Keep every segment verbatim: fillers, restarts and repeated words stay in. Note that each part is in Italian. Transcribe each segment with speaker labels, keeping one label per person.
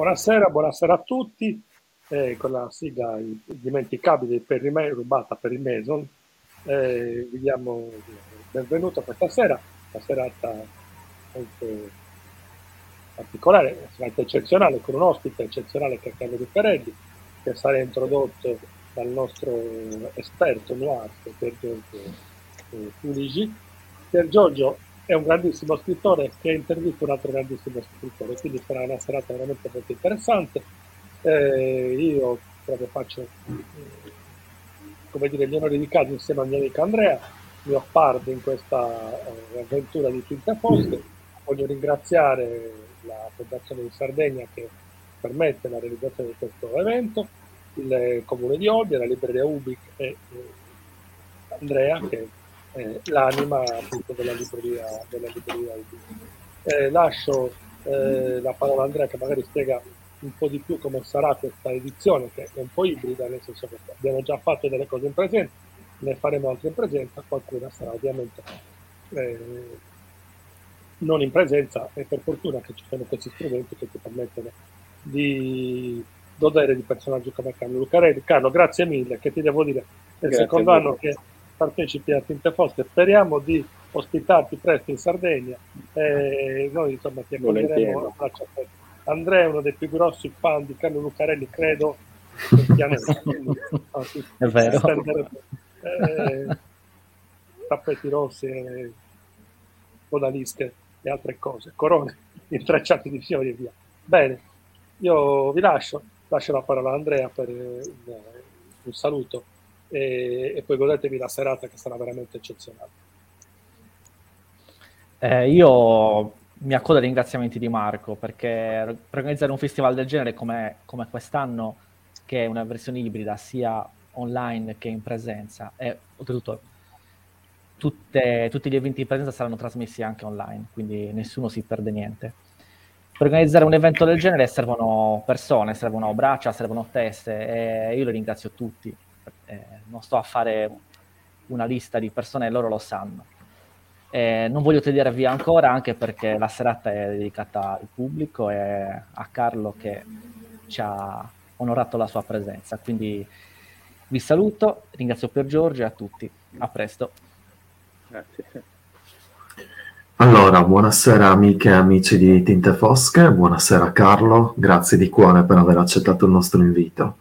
Speaker 1: buonasera, buonasera a tutti. Eh, con la sigla indimenticabile per il me- rubata per il Mason, eh, vi diamo il benvenuto questa sera, una serata molto particolare, una serata eccezionale, con un ospite eccezionale che è Carlo Lucarelli, che sarà introdotto dal nostro esperto noir, Pier Giorgio eh, Puligi. Pier Giorgio è un grandissimo scrittore che intervista un altro grandissimo scrittore, quindi sarà una serata veramente molto interessante. Eh, io proprio faccio eh, come dire, gli onori di casa insieme al mio amico Andrea, mio partner in questa eh, avventura di Tinte Fosche. Voglio ringraziare la Fondazione di Sardegna che permette la realizzazione di questo evento, il Comune di Olbia, la libreria Ubic e eh, Andrea che è l'anima appunto della libreria, della libreria Ubic. Eh, lascio eh, la parola a Andrea che magari spiega un po' di più come sarà questa edizione, che è un po' ibrida, nel senso che abbiamo già fatto delle cose in presenza, ne faremo altre in presenza, qualcuna sarà ovviamente eh, non in presenza, e per fortuna che ci sono questi strumenti che ti permettono di godere di personaggi come Carlo Lucarelli. Carlo, grazie mille, che ti devo dire, è il
Speaker 2: Grazie
Speaker 1: secondo
Speaker 2: a
Speaker 1: anno
Speaker 2: voi.
Speaker 1: che partecipi a Tinte Fosche, speriamo di ospitarti presto in Sardegna e noi insomma ti accoglieremo a braccia aperte. Andrea è uno dei più grossi fan di Carlo Lucarelli, credo, del pianeta, quindi no, si,
Speaker 3: È
Speaker 1: si
Speaker 3: vero.
Speaker 1: stenderebbe eh, tappeti rossi, eh, odalische e altre cose, corone intrecciate di fiori e via. Bene, io vi lascio, lascio la parola a Andrea per eh, un, un saluto e, e poi godetevi la serata che sarà veramente eccezionale.
Speaker 3: Eh, io mi accodo ai ringraziamenti di Marco, perché per organizzare un festival del genere come, come quest'anno, che è una versione ibrida sia online che in presenza, e oltretutto tutte, tutti gli eventi in presenza saranno trasmessi anche online, quindi nessuno si perde niente. Per organizzare un evento del genere servono persone, servono braccia, servono teste, e io li ringrazio tutti. Eh, non sto a fare una lista di persone, loro lo sanno. Eh, non voglio tediarvi ancora, anche perché la serata è dedicata al pubblico e a Carlo che ci ha onorato la sua presenza. Quindi vi saluto, ringrazio Pier Giorgio e a tutti. A presto.
Speaker 2: Grazie.
Speaker 4: Allora, buonasera amiche e amici di Tinte Fosche, buonasera Carlo, grazie di cuore per aver accettato il nostro invito.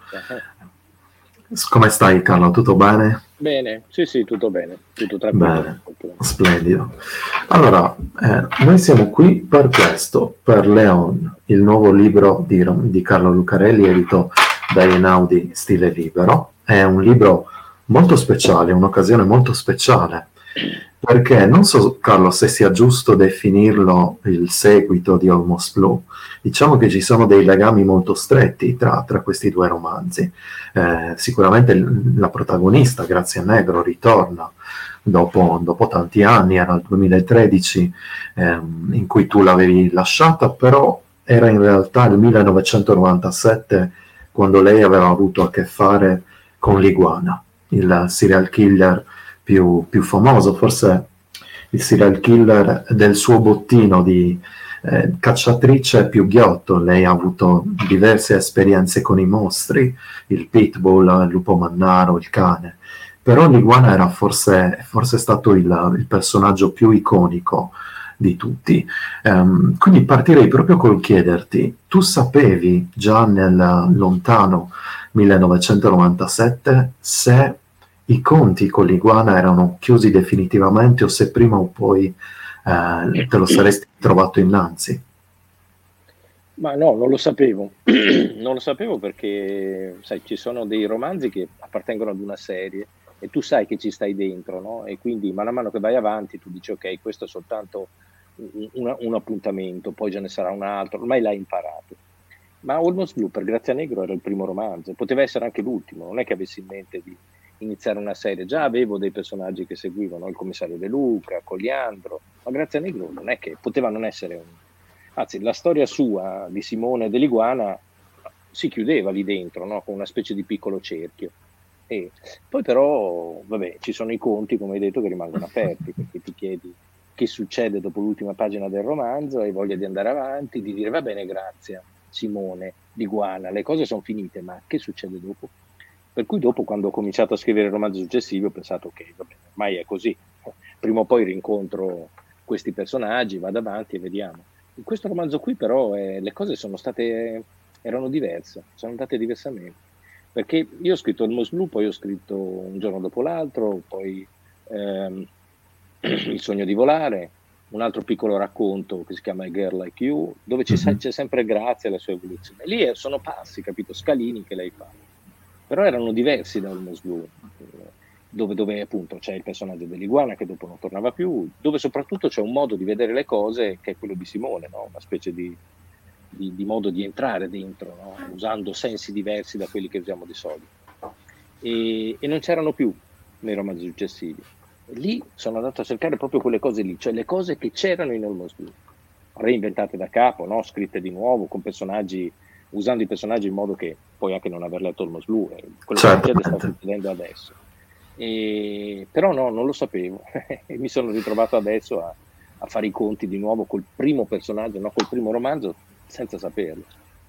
Speaker 4: Come stai Carlo, tutto bene?
Speaker 2: Bene, sì sì, tutto bene, tutto tranquillo.
Speaker 4: Bene, splendido. Allora, eh, noi siamo qui per questo, per Leon, il nuovo libro di, di Carlo Lucarelli, edito da Einaudi Stile Libero. È un libro molto speciale, un'occasione molto speciale, perché non so Carlo se sia giusto definirlo il seguito di Almost Blue. Diciamo che ci sono dei legami molto stretti tra, tra questi due romanzi. Eh, sicuramente il, la protagonista, Grazia Negro, ritorna dopo, dopo tanti anni, era il duemilatredici ehm, in cui tu l'avevi lasciata, però era in realtà il millenovecentonovantasette quando lei aveva avuto a che fare con l'Iguana, il serial killer più, più famoso, forse il serial killer del suo bottino di eh, cacciatrice più ghiotto. Lei ha avuto diverse esperienze con i mostri, il pitbull, il lupo mannaro, il cane, però l'iguana era forse, forse stato il, il personaggio più iconico di tutti. Um, quindi partirei proprio col chiederti, tu sapevi già nel lontano millenovecentonovantasette se i conti con l'iguana erano chiusi definitivamente o se prima o poi eh, te lo saresti trovato innanzi?
Speaker 2: Ma no, non lo sapevo, non lo sapevo perché, sai, ci sono dei romanzi che appartengono ad una serie e tu sai che ci stai dentro, no? E quindi man mano che vai avanti tu dici ok, questo è soltanto un, un, un appuntamento, poi ce ne sarà un altro, ormai l'hai imparato. Ma Almost Blue per Grazia Negro era il primo romanzo, poteva essere anche l'ultimo, non è che avessi in mente di iniziare una serie, già avevo dei personaggi che seguivano, il commissario De Luca, Coliandro, ma Grazia Negro non è che poteva non essere un... Anzi, la storia sua di Simone dell'Iguana si chiudeva lì dentro, no? Con una specie di piccolo cerchio. E poi però, vabbè, ci sono i conti, come hai detto, che rimangono aperti, perché ti chiedi che succede dopo l'ultima pagina del romanzo, hai voglia di andare avanti, di dire va bene, grazie. Simone, l'iguana, le cose sono finite, ma che succede dopo? Per cui dopo, quando ho cominciato a scrivere romanzi successivi, ho pensato che okay, ormai è così, prima o poi rincontro questi personaggi, vado avanti e vediamo. In questo romanzo qui però eh, le cose sono state, erano diverse, sono andate diversamente, perché io ho scritto Il Mosblu, poi ho scritto Un giorno dopo l'altro, poi ehm, Il sogno di volare, un altro piccolo racconto che si chiama A Girl Like You, dove c'è, mm-hmm. c'è sempre Grazia e la sua evoluzione. Lì sono passi, capito, scalini che lei fa, però erano diversi da Olmos Blu, dove, dove appunto c'è il personaggio dell'iguana che dopo non tornava più, dove soprattutto c'è un modo di vedere le cose che è quello di Simone, no? Una specie di, di, di modo di entrare dentro, no? Usando sensi diversi da quelli che usiamo di solito. E, e non c'erano più nei romanzi successivi. Lì sono andato a cercare proprio quelle cose lì, cioè le cose che c'erano in Olmos Blu, reinventate da capo, no? Scritte di nuovo, con personaggi, usando i personaggi in modo che poi anche non aver letto Olmos Blu, eh, quello che sta succedendo adesso. E, però no, non lo sapevo e mi sono ritrovato adesso a, a fare i conti di nuovo col primo personaggio, no? Col primo romanzo, senza saperlo.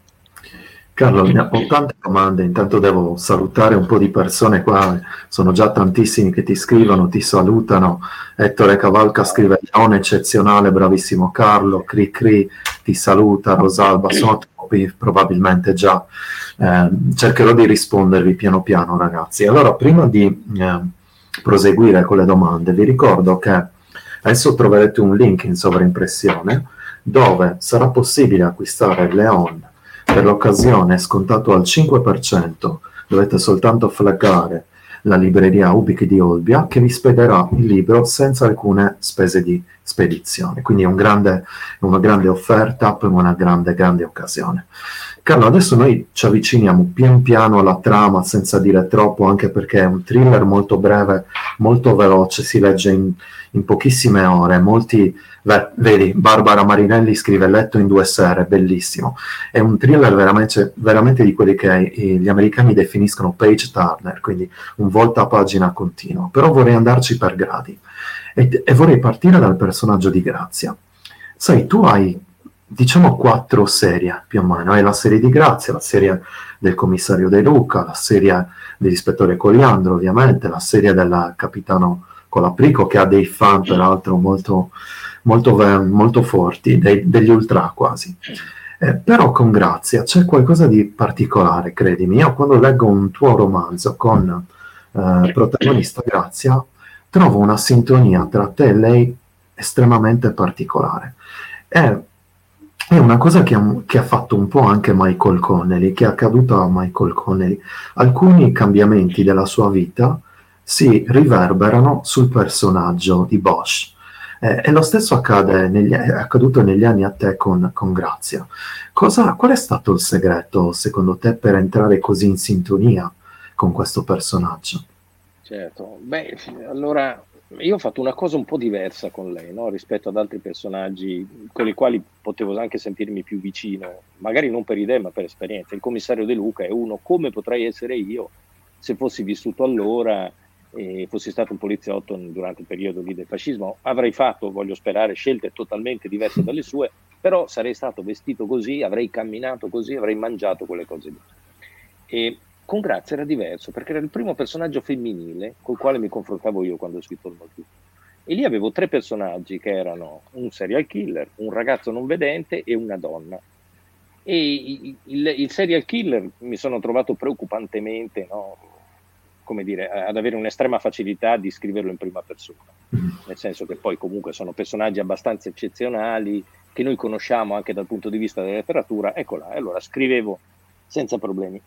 Speaker 4: Carlo, ho tante domande, intanto devo salutare un po' di persone qua, sono già tantissimi che ti scrivono, ti salutano. Ettore Cavalca scrive: Leone eccezionale, bravissimo Carlo. Cri Cri ti saluta, Rosalba, sono troppi probabilmente già. Eh, cercherò di rispondervi piano piano, ragazzi. Allora, prima di eh, proseguire con le domande, vi ricordo che adesso troverete un link in sovraimpressione dove sarà possibile acquistare Leon. Per l'occasione è scontato al cinque per cento, dovete soltanto flaggare la libreria Ubik di Olbia che vi spederà il libro senza alcune spese di spedizione, quindi è un grande, una grande offerta per una grande, grande occasione. Carlo, adesso noi ci avviciniamo pian piano alla trama senza dire troppo, anche perché è un thriller molto breve, molto veloce, si legge in, in pochissime ore, molti... Beh, vedi, Barbara Marinelli scrive letto in due sere, bellissimo. È un thriller veramente, veramente di quelli che gli americani definiscono page turner, quindi un volta a pagina continuo. Però vorrei andarci per gradi e, e vorrei partire dal personaggio di Grazia. Sai, tu hai, diciamo, quattro serie più o meno. Hai la serie di Grazia, la serie del commissario De Luca, la serie dell'ispettore Coliandro, ovviamente, la serie del capitano Colaprico, che ha dei fan peraltro molto... Molto, molto forti, dei, degli ultra quasi. Eh, però con Grazia c'è qualcosa di particolare, credimi. Io quando leggo un tuo romanzo con eh, protagonista Grazia, trovo una sintonia tra te e lei estremamente particolare. È, è una cosa che, che ha fatto un po' anche Michael Connelly, che è accaduto a Michael Connelly. Alcuni cambiamenti della sua vita si riverberano sul personaggio di Bosch. Eh, e lo stesso accade negli, è accaduto negli anni a te con, con Grazia. Cosa, qual è stato il segreto, secondo te, per entrare così in sintonia con questo personaggio?
Speaker 2: Certo, beh, allora io ho fatto una cosa un po' diversa con lei, no? Rispetto ad altri personaggi con i quali potevo anche sentirmi più vicino, magari non per idee ma per esperienza. Il commissario De Luca è uno come potrei essere io se fossi vissuto allora e fossi stato un poliziotto durante il periodo lì del fascismo. Avrei fatto, voglio sperare, scelte totalmente diverse dalle sue, però sarei stato vestito così, avrei camminato così, avrei mangiato quelle cose lì. E con Grazia era diverso, perché era il primo personaggio femminile col quale mi confrontavo io quando ho scritto il Mosblu. E lì avevo tre personaggi che erano un serial killer, un ragazzo non vedente e una donna. E il, il, il serial killer mi sono trovato preoccupantemente, no, come dire, ad avere un'estrema facilità di scriverlo in prima persona, nel senso che poi comunque sono personaggi abbastanza eccezionali che noi conosciamo anche dal punto di vista della letteratura. Ecco là, allora scrivevo senza problemi.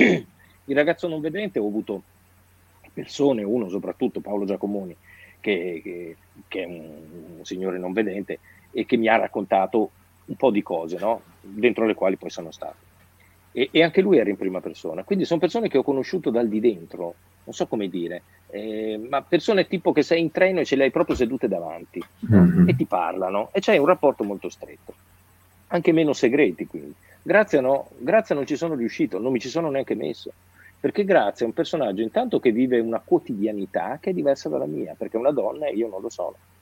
Speaker 2: Il ragazzo non vedente, ho avuto persone, uno soprattutto, Paolo Giacomoni, che, che, che è un, un signore non vedente e che mi ha raccontato un po' di cose, no? Dentro le quali poi sono stato. E, e anche lui era in prima persona. Quindi sono persone che ho conosciuto dal di dentro, non so come dire, eh, ma persone tipo che sei in treno e ce le hai proprio sedute davanti, mm-hmm. e ti parlano e c'hai un rapporto molto stretto, anche meno segreti. Quindi Grazia no, Grazia non ci sono riuscito, non mi ci sono neanche messo, perché Grazia è un personaggio intanto che vive una quotidianità che è diversa dalla mia, perché è una donna e io non lo sono,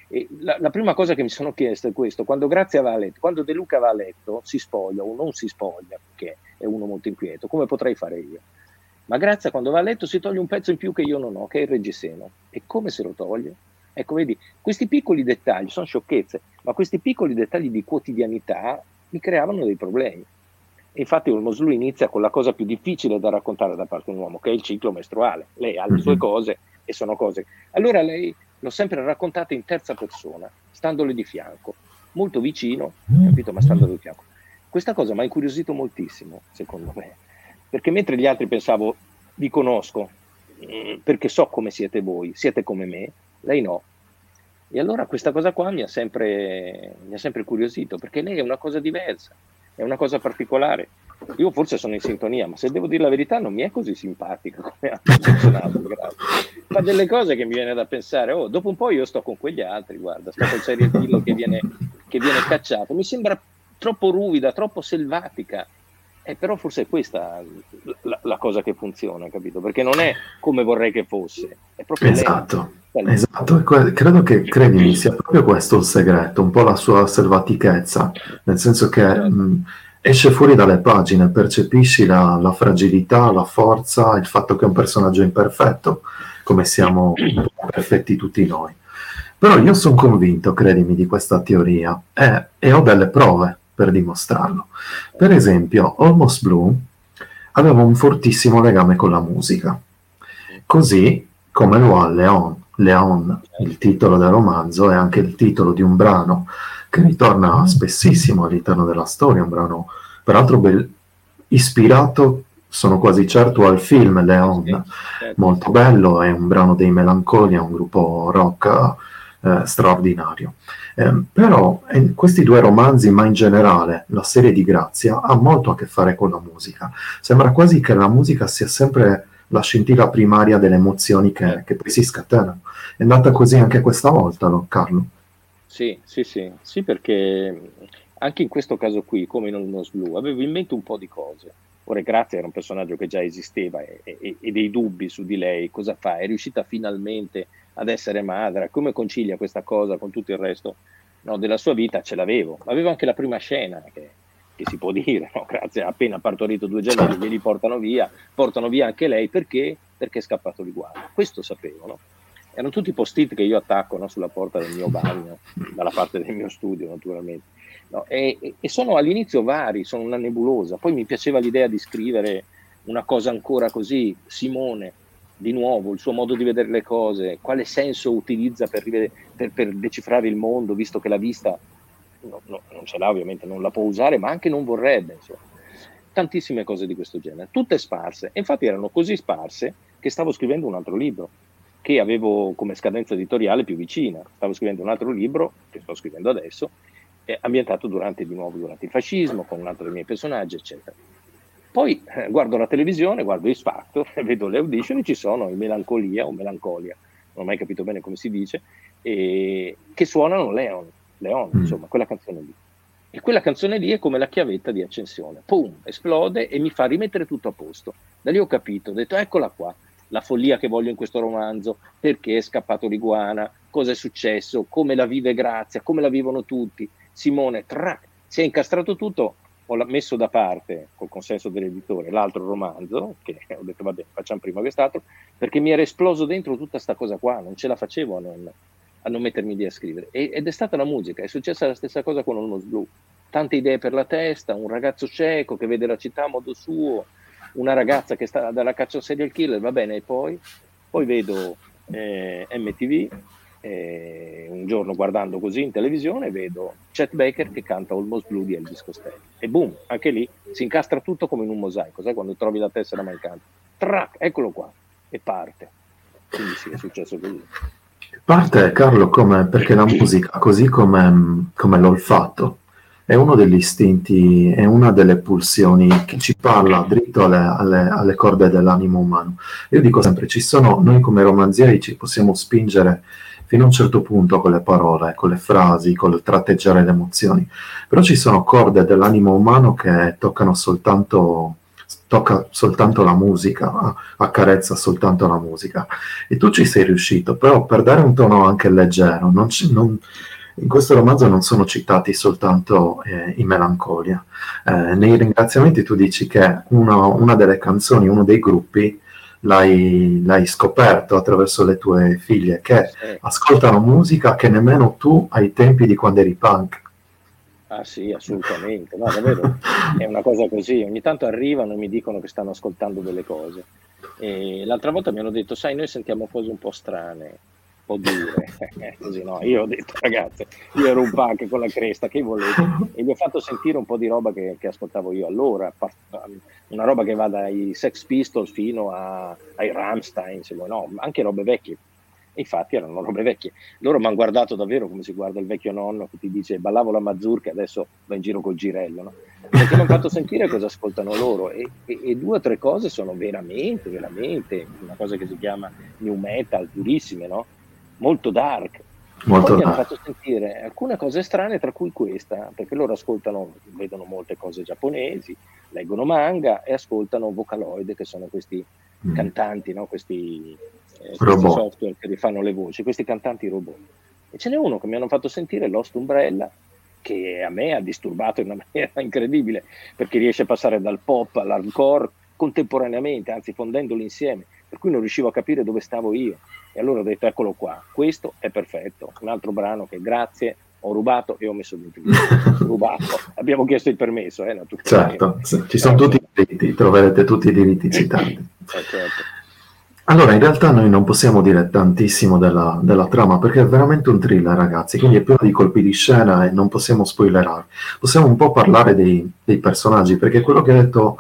Speaker 2: E la, la prima cosa che mi sono chiesto è questo: quando Grazia va a letto, quando De Luca va a letto, si spoglia o non si spoglia, perché è uno molto inquieto, come potrei fare io. Ma Grazia quando va a letto si toglie un pezzo in più che io non ho, che è il reggiseno. E come se lo toglie? Ecco, vedi, questi piccoli dettagli sono sciocchezze, ma questi piccoli dettagli di quotidianità mi creavano dei problemi. E infatti Olmos Lu inizia con la cosa più difficile da raccontare da parte di un uomo, che è il ciclo mestruale. Lei ha le sue cose e sono cose. Allora lei l'ho sempre raccontata in terza persona, standole di fianco, molto vicino, capito, ma standole di fianco. Questa cosa mi ha incuriosito moltissimo, secondo me, perché mentre gli altri pensavo, vi conosco, perché so come siete voi, siete come me, lei no. E allora questa cosa qua mi ha sempre, mi ha sempre incuriosito, perché lei è una cosa diversa, è una cosa particolare. Io forse sono in sintonia, ma se devo dire la verità non mi è così simpatica come altro personaggio. Fa delle cose che mi viene da pensare, oh, dopo un po' io sto con quegli altri, guarda, sto col serial killer che viene, che viene cacciato, mi sembra troppo ruvida, troppo selvatica. Eh, però forse è questa la, la cosa che funziona, capito? Perché non è come vorrei che fosse, è proprio
Speaker 4: esatto,
Speaker 2: lei.
Speaker 4: Esatto, credo che, credimi, sia proprio questo il segreto, un po' la sua selvatichezza, nel senso che mh, esce fuori dalle pagine, percepisci la, la fragilità, la forza, il fatto che è un personaggio imperfetto, come siamo perfetti tutti noi. Però io sono convinto, credimi, di questa teoria e, e ho delle prove per dimostrarlo. Per esempio, Olmos Lu aveva un fortissimo legame con la musica, così come lo ha Léon. Léon, il titolo del romanzo, è anche il titolo di un brano che ritorna spessissimo all'interno della storia, un brano peraltro bel, ispirato, sono quasi certo, al film Léon, molto bello, è un brano dei Melancolia, un gruppo rock eh, straordinario. Eh, però eh, questi due romanzi, ma in generale la serie di Grazia, ha molto a che fare con la musica. Sembra quasi che la musica sia sempre la scintilla primaria delle emozioni che, che poi si scatenano. È andata così anche questa volta, no, Carlo?
Speaker 2: Sì, sì, sì, sì, perché anche in questo caso qui, come in Olmos Lu, avevo in mente un po' di cose. Ora Grazia era un personaggio che già esisteva e, e, e dei dubbi su di lei, cosa fa? È riuscita finalmente ad essere madre, come concilia questa cosa con tutto il resto, no, della sua vita? Ce l'avevo. Avevo anche la prima scena, che, che si può dire, no? Grazia ha appena partorito due gemelli, glieli portano via, portano via anche lei, perché? Perché è scappato di guardia. Questo sapevo, no? Erano tutti post-it che io attacco, no, sulla porta del mio bagno, dalla parte del mio studio naturalmente. No, e, e sono all'inizio vari, sono una nebulosa. Poi mi piaceva l'idea di scrivere una cosa ancora così, Simone, di nuovo, il suo modo di vedere le cose, quale senso utilizza per, rivedere, per, per decifrare il mondo, visto che la vista no, no, non ce l'ha, ovviamente non la può usare, ma anche non vorrebbe, insomma. Tantissime cose di questo genere, tutte sparse. E infatti erano così sparse che stavo scrivendo un altro libro, che avevo come scadenza editoriale più vicina. Stavo scrivendo un altro libro, che sto scrivendo adesso, eh, ambientato durante, di nuovo durante il fascismo, con un altro dei miei personaggi, eccetera. Poi eh, guardo la televisione, guardo X Factor, vedo le audition e ci sono i Melancolia o Melancolia, non ho mai capito bene come si dice, e, che suonano Leon, Leon, insomma, quella canzone lì. E quella canzone lì è come la chiavetta di accensione. Pum, esplode e mi fa rimettere tutto a posto. Da lì ho capito, ho detto, eccola qua, la follia che voglio in questo romanzo, perché è scappato l'iguana, cosa è successo, come la vive Grazia, come la vivono tutti. Simone, trac, si è incastrato tutto, ho messo da parte, col consenso dell'editore, l'altro romanzo, che ho detto vabbè, facciamo prima quest'altro, perché mi era esploso dentro tutta sta cosa qua, non ce la facevo a non, a non mettermi lì a scrivere. E, ed è stata la musica, è successa la stessa cosa con Olmos Lu. Tante idee per la testa, un ragazzo cieco che vede la città a modo suo, una ragazza che sta dalla caccia a serial killer, va bene, e poi, poi vedo eh, M T V, eh, un giorno guardando così in televisione, vedo Chet Baker che canta Olmos Lu di Elvis Costello, e boom, anche lì si incastra tutto come in un mosaico, sai quando trovi la tessera mancante, trac, eccolo qua, e parte. Quindi sì, è successo così.
Speaker 4: Parte, Carlo, come, perché la musica, così come, come l'olfatto, è uno degli istinti, è una delle pulsioni che ci parla dritto alle, alle, alle corde dell'animo umano. Io dico sempre, ci sono, noi come romanzieri ci possiamo spingere fino a un certo punto con le parole, con le frasi, con il tratteggiare le emozioni, però ci sono corde dell'animo umano che toccano soltanto tocca soltanto la musica, accarezza soltanto la musica, e tu ci sei riuscito, però per dare un tono anche leggero, non ci, non, in questo romanzo non sono citati soltanto eh, i Melancolia. Eh, nei ringraziamenti tu dici che una, una delle canzoni, uno dei gruppi, l'hai, l'hai scoperto attraverso le tue figlie, che
Speaker 2: Sì.
Speaker 4: ascoltano musica che nemmeno tu ai tempi di quando eri punk.
Speaker 2: Ah sì, assolutamente, no, davvero è una cosa così, ogni tanto arrivano e mi dicono che stanno ascoltando delle cose. E l'altra volta mi hanno detto, sai, noi sentiamo cose un po' strane, un po' dure, così no, io ho detto, ragazze, io ero un punk con la cresta, che volete? E gli ho fatto sentire un po' di roba che, che ascoltavo io allora, pa- una roba che va dai Sex Pistols fino a, ai Rammstein, se vuoi, no, anche robe vecchie. E infatti erano robe vecchie. Loro mi hanno guardato davvero come si guarda il vecchio nonno che ti dice ballavo la mazurka e adesso va in giro col girello, no? Perché mi hanno fatto sentire cosa ascoltano loro e, e, e due o tre cose sono veramente, veramente una cosa che si chiama new metal, durissime, no? Molto dark. E poi
Speaker 4: Molto
Speaker 2: mi hanno
Speaker 4: dark.
Speaker 2: fatto sentire alcune cose strane, tra cui questa, perché loro ascoltano, vedono molte cose giapponesi, leggono manga e ascoltano Vocaloid, che sono questi
Speaker 4: Mm.
Speaker 2: cantanti, no? Questi, eh, questi
Speaker 4: Robot.
Speaker 2: software che rifanno le voci, questi cantanti robot. E ce n'è uno che mi hanno fatto sentire, Lost Umbrella, che a me ha disturbato in una maniera incredibile, perché riesce a passare dal pop all'hardcore contemporaneamente, anzi fondendoli insieme, per cui non riuscivo a capire dove stavo io. E allora ho detto, eccolo qua, questo è perfetto. Un altro brano che grazie, ho rubato e ho messo dentro. Rubato, abbiamo chiesto il permesso, eh, naturalmente.
Speaker 4: Certo, sì, ci sono tutti i diritti, troverete tutti i diritti citati.
Speaker 2: Eh, certo.
Speaker 4: Allora, in realtà noi non possiamo dire tantissimo della, della trama, perché è veramente un thriller, ragazzi, quindi è pieno di colpi di scena e non possiamo spoilerare. Possiamo un po' parlare dei, dei personaggi, perché quello che ha detto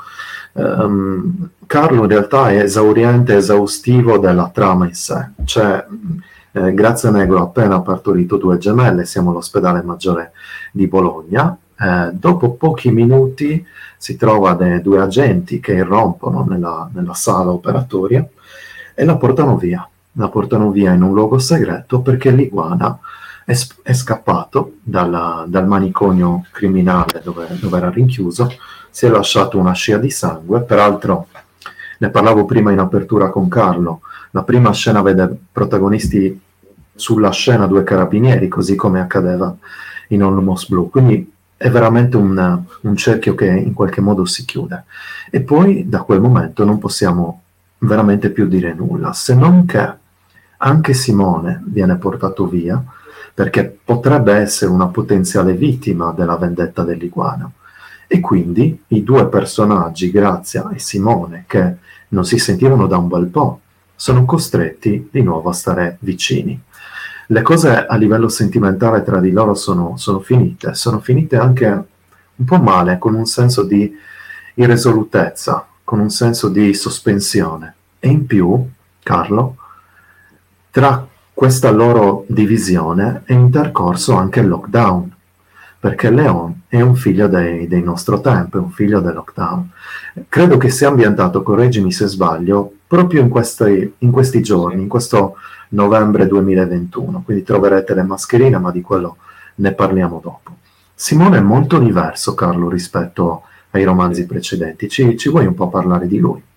Speaker 4: ehm, Carlo in realtà è esauriente, esaustivo della trama in sé. Cioè, eh, Grazia Negro ha appena partorito due gemelle, siamo all'ospedale maggiore di Bologna. Eh, dopo pochi minuti si trova dei due agenti che irrompono nella, nella sala operatoria e la portano via. La portano via in un luogo segreto perché l'iguana è, è scappato dalla, dal manicomio criminale dove, dove era rinchiuso, si è lasciato una scia di sangue, peraltro ne parlavo prima in apertura con Carlo, la prima scena vede protagonisti sulla scena due carabinieri, così come accadeva in Almost Blue, quindi è veramente un, un cerchio che in qualche modo si chiude. E poi da quel momento non possiamo veramente più dire nulla, se non che anche Simone viene portato via perché potrebbe essere una potenziale vittima della vendetta dell'iguana. E quindi i due personaggi, Grazia e Simone, che non si sentivano da un bel po', sono costretti di nuovo a stare vicini. Le cose a livello sentimentale tra di loro sono, sono finite, sono finite anche un po' male, con un senso di irresolutezza, con un senso di sospensione. E in più, Carlo, tra questa loro divisione è intercorso anche il lockdown, perché Leon è un figlio dei, dei nostro tempo, è un figlio del lockdown. Credo che sia ambientato, correggimi se sbaglio, proprio in questi, in questi giorni, in questo novembre duemilaventuno, quindi troverete le mascherine, ma di quello ne parliamo dopo. Simone è molto diverso, Carlo, rispetto ai romanzi
Speaker 2: Sì.
Speaker 4: precedenti. Ci, ci vuoi un po' parlare di lui?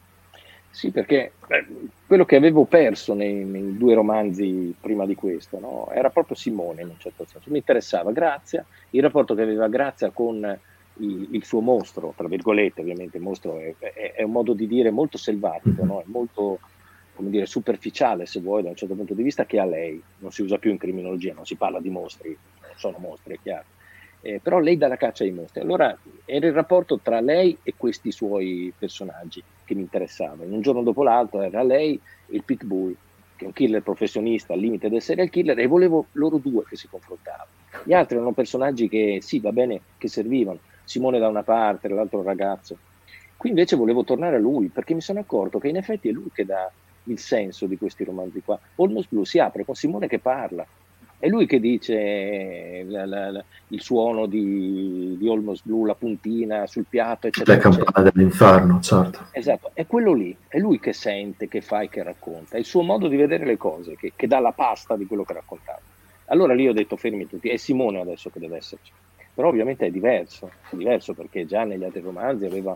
Speaker 2: Sì, perché eh, quello che avevo perso nei, nei due romanzi prima di questo, no? Era proprio Simone in un certo senso. Mi interessava Grazia, il rapporto che aveva Grazia con il, il suo mostro, tra virgolette, ovviamente il mostro è, è, è un modo di dire molto selvatico, no? È molto, come dire, superficiale, se vuoi, da un certo punto di vista, che ha lei. Non si usa più in criminologia, non si parla di mostri, non sono mostri, è chiaro. Eh, però lei dà la caccia ai mostri. Allora era il rapporto tra lei e questi suoi personaggi che mi interessava. In Un giorno dopo l'altro era lei e il Pitbull, che è un killer professionista al limite del serial killer, e volevo loro due che si confrontavano. Gli altri erano personaggi che sì, va bene, che servivano. Simone da una parte, l'altro ragazzo. Qui invece volevo tornare a lui, perché mi sono accorto che in effetti è lui che dà il senso di questi romanzi qua. Almost Blue si apre con Simone che parla. È lui che dice la, la, la, il suono di, di Almost Blue, la puntina sul piatto, eccetera.
Speaker 4: Le campane
Speaker 2: eccetera.
Speaker 4: dell'inferno, certo.
Speaker 2: Esatto, è quello lì, è lui che sente, che fa e che racconta, è il suo modo di vedere le cose, che, che dà la pasta di quello che raccontava. Allora lì ho detto fermi tutti, è Simone adesso che deve esserci. Però ovviamente è diverso, è diverso perché già negli altri romanzi aveva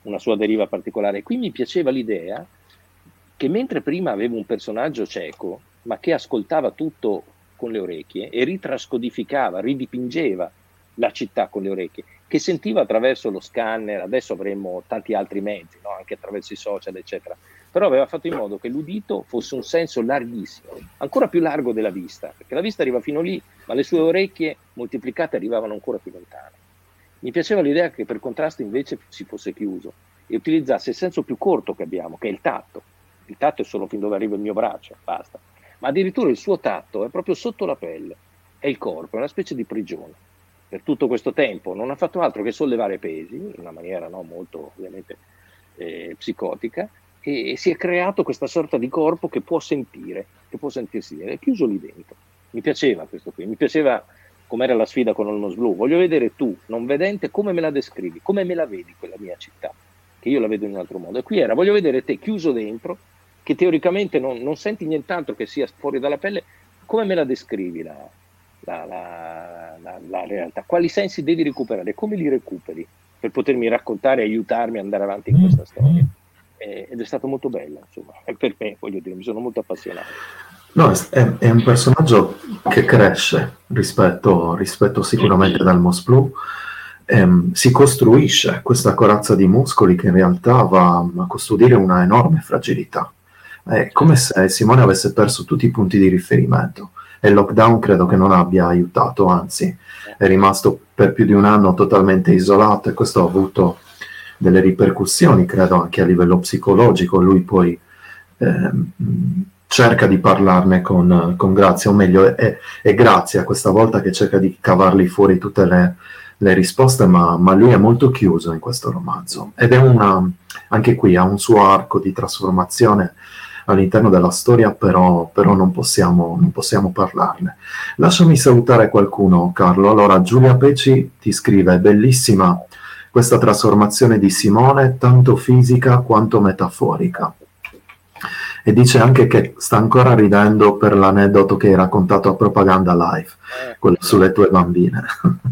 Speaker 2: una sua deriva particolare. Qui mi piaceva l'idea che mentre prima avevo un personaggio cieco, ma che ascoltava tutto con le orecchie e ritrascodificava, ridipingeva la città con le orecchie, che sentiva attraverso lo scanner, adesso avremmo tanti altri mezzi, no? Anche attraverso i social, eccetera, però aveva fatto in modo che l'udito fosse un senso larghissimo, ancora più largo della vista, perché la vista arriva fino lì, ma le sue orecchie moltiplicate arrivavano ancora più lontane. Mi piaceva l'idea che per contrasto invece si fosse chiuso e utilizzasse il senso più corto che abbiamo, che è il tatto. Il tatto è solo fin dove arriva il mio braccio, basta. Ma addirittura il suo tatto è proprio sotto la pelle, è il corpo, è una specie di prigione. Per tutto questo tempo non ha fatto altro che sollevare pesi, in una maniera no, molto ovviamente eh, psicotica, e, e si è creato questa sorta di corpo che può sentire, che può sentirsi bene, è chiuso lì dentro. Mi piaceva questo qui, mi piaceva com'era la sfida con Olmos Blu. Voglio vedere tu, non vedente, come me la descrivi, come me la vedi quella mia città, che io la vedo in un altro modo. E qui era, voglio vedere te chiuso dentro, che teoricamente non, non senti nient'altro che sia fuori dalla pelle, come me la descrivi la, la, la, la, la realtà? Quali sensi devi recuperare? Come li recuperi per potermi raccontare e aiutarmi ad andare avanti in questa storia? E, ed è stato molto bello, insomma, e per me, voglio dire, mi sono molto appassionato.
Speaker 4: No, è, è un personaggio che cresce rispetto, rispetto sicuramente ad Olmos Blu. Ehm, si costruisce questa corazza di muscoli che in realtà va a custodire una enorme fragilità. È come se Simone avesse perso tutti i punti di riferimento e il lockdown credo che non abbia aiutato, anzi è rimasto per più di un anno totalmente isolato e questo ha avuto delle ripercussioni credo anche a livello psicologico. Lui poi ehm, cerca di parlarne con, con Grazia, o meglio è, è Grazia questa volta che cerca di cavargli fuori tutte le, le risposte, ma, ma lui è molto chiuso in questo romanzo ed è una, anche qui ha un suo arco di trasformazione all'interno della storia, però, però non, possiamo, non possiamo parlarne. Lasciami salutare qualcuno, Carlo. Allora, Giulia Peci ti scrive: bellissima questa trasformazione di Simone, tanto fisica quanto metaforica. E dice anche che sta ancora ridendo per l'aneddoto che hai raccontato a Propaganda Live, quello sulle tue bambine.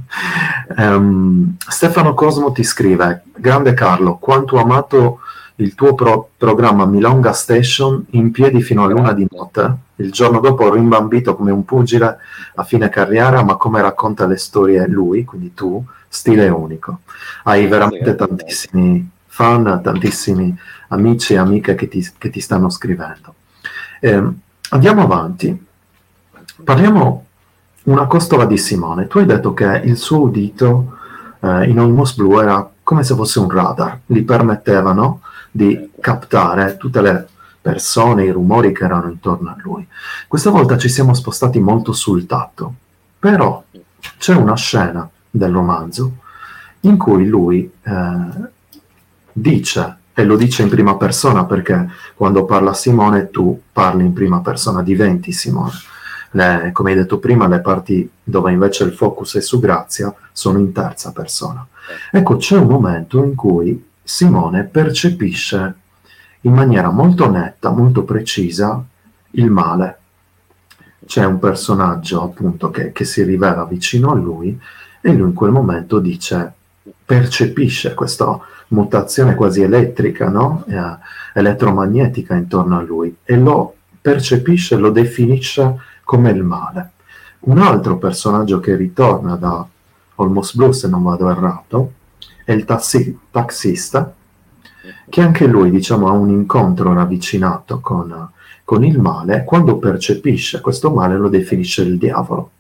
Speaker 4: um, Stefano Cosmo ti scrive: grande Carlo, quanto amato il tuo pro- programma Milonga Station, in piedi fino a luna di notte. Il giorno dopo ho rimbambito come un pugile a fine carriera, ma come racconta le storie lui, quindi tu, stile unico. Hai veramente tantissimi fan, tantissimi amici e amiche che ti, che ti stanno scrivendo. Eh, andiamo avanti. Parliamo una costola di Simone. Tu hai detto che il suo udito eh, in Olmos Blu era come se fosse un radar, gli permettevano di captare tutte le persone, i rumori che erano intorno a lui. Questa volta ci siamo spostati molto sul tatto, però c'è una scena del romanzo in cui lui eh, dice, e lo dice in prima persona perché quando parla Simone tu parli in prima persona, diventi Simone. Le, come hai detto prima, le parti dove invece il focus è su Grazia sono in terza persona. Ecco, c'è un momento in cui Simone percepisce in maniera molto netta, molto precisa, il male. C'è un personaggio appunto che, che si rivela vicino a lui e lui in quel momento dice, percepisce questa mutazione quasi elettrica, no? eh, elettromagnetica intorno a lui e lo percepisce, lo definisce come il male. Un altro personaggio che ritorna da Olmos Blu, se non vado errato, è il tassi- taxista, che anche lui, diciamo, ha un incontro ravvicinato con, con il male. Quando percepisce questo male lo definisce il diavolo.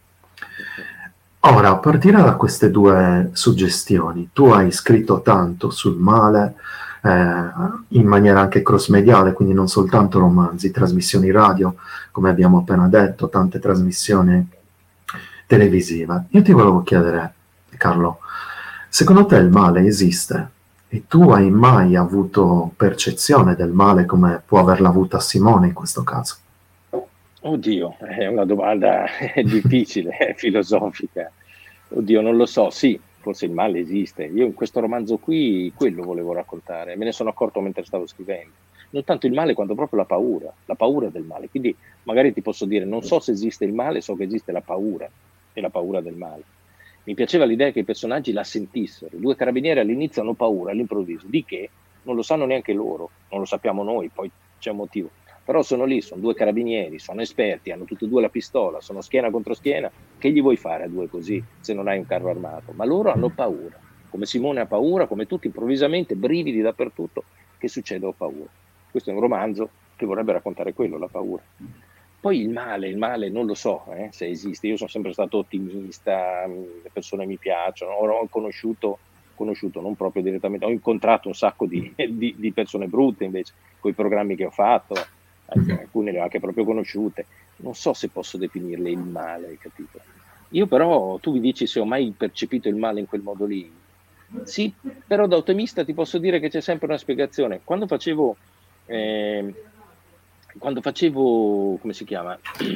Speaker 4: Ora, a partire da queste due suggestioni, tu hai scritto tanto sul male, eh, in maniera anche cross-mediale, quindi non soltanto romanzi, trasmissioni radio, come abbiamo appena detto, tante trasmissioni televisive. Io ti volevo chiedere, Carlo, secondo te il male esiste? E tu hai mai avuto percezione del male come può averla avuta Simone in questo caso?
Speaker 2: Oddio, è una domanda difficile, è filosofica. Oddio, non lo so, sì, forse il male esiste. Io in questo romanzo qui quello volevo raccontare, me ne sono accorto mentre stavo scrivendo. Non tanto il male quanto proprio la paura, la paura del male. Quindi magari ti posso dire, non so se esiste il male, so che esiste la paura e la paura del male. Mi piaceva l'idea che i personaggi la sentissero. I due carabinieri all'inizio hanno paura, all'improvviso. Di che? non lo sanno neanche loro, non lo sappiamo noi, poi c'è un motivo. Però sono lì, sono due carabinieri, sono esperti, hanno tutti e due la pistola, sono schiena contro schiena, che gli vuoi fare a due così se non hai un carro armato? Ma loro hanno paura, come Simone ha paura, come tutti, improvvisamente, brividi dappertutto, che succede, ho paura. Questo è un romanzo che vorrebbe raccontare quello, la paura. Poi il male, il male non lo so eh, se esiste, io sono sempre stato ottimista, le persone mi piacciono, ho conosciuto, conosciuto non proprio direttamente, ho incontrato un sacco di, di, di persone brutte invece, con i programmi che ho fatto, anzi, alcune le ho anche proprio conosciute, non so se posso definirle il male, hai capito? Io però, tu mi dici se ho mai percepito il male in quel modo lì, sì, però da ottimista ti posso dire che c'è sempre una spiegazione. Quando facevo... Eh, quando facevo, come si chiama,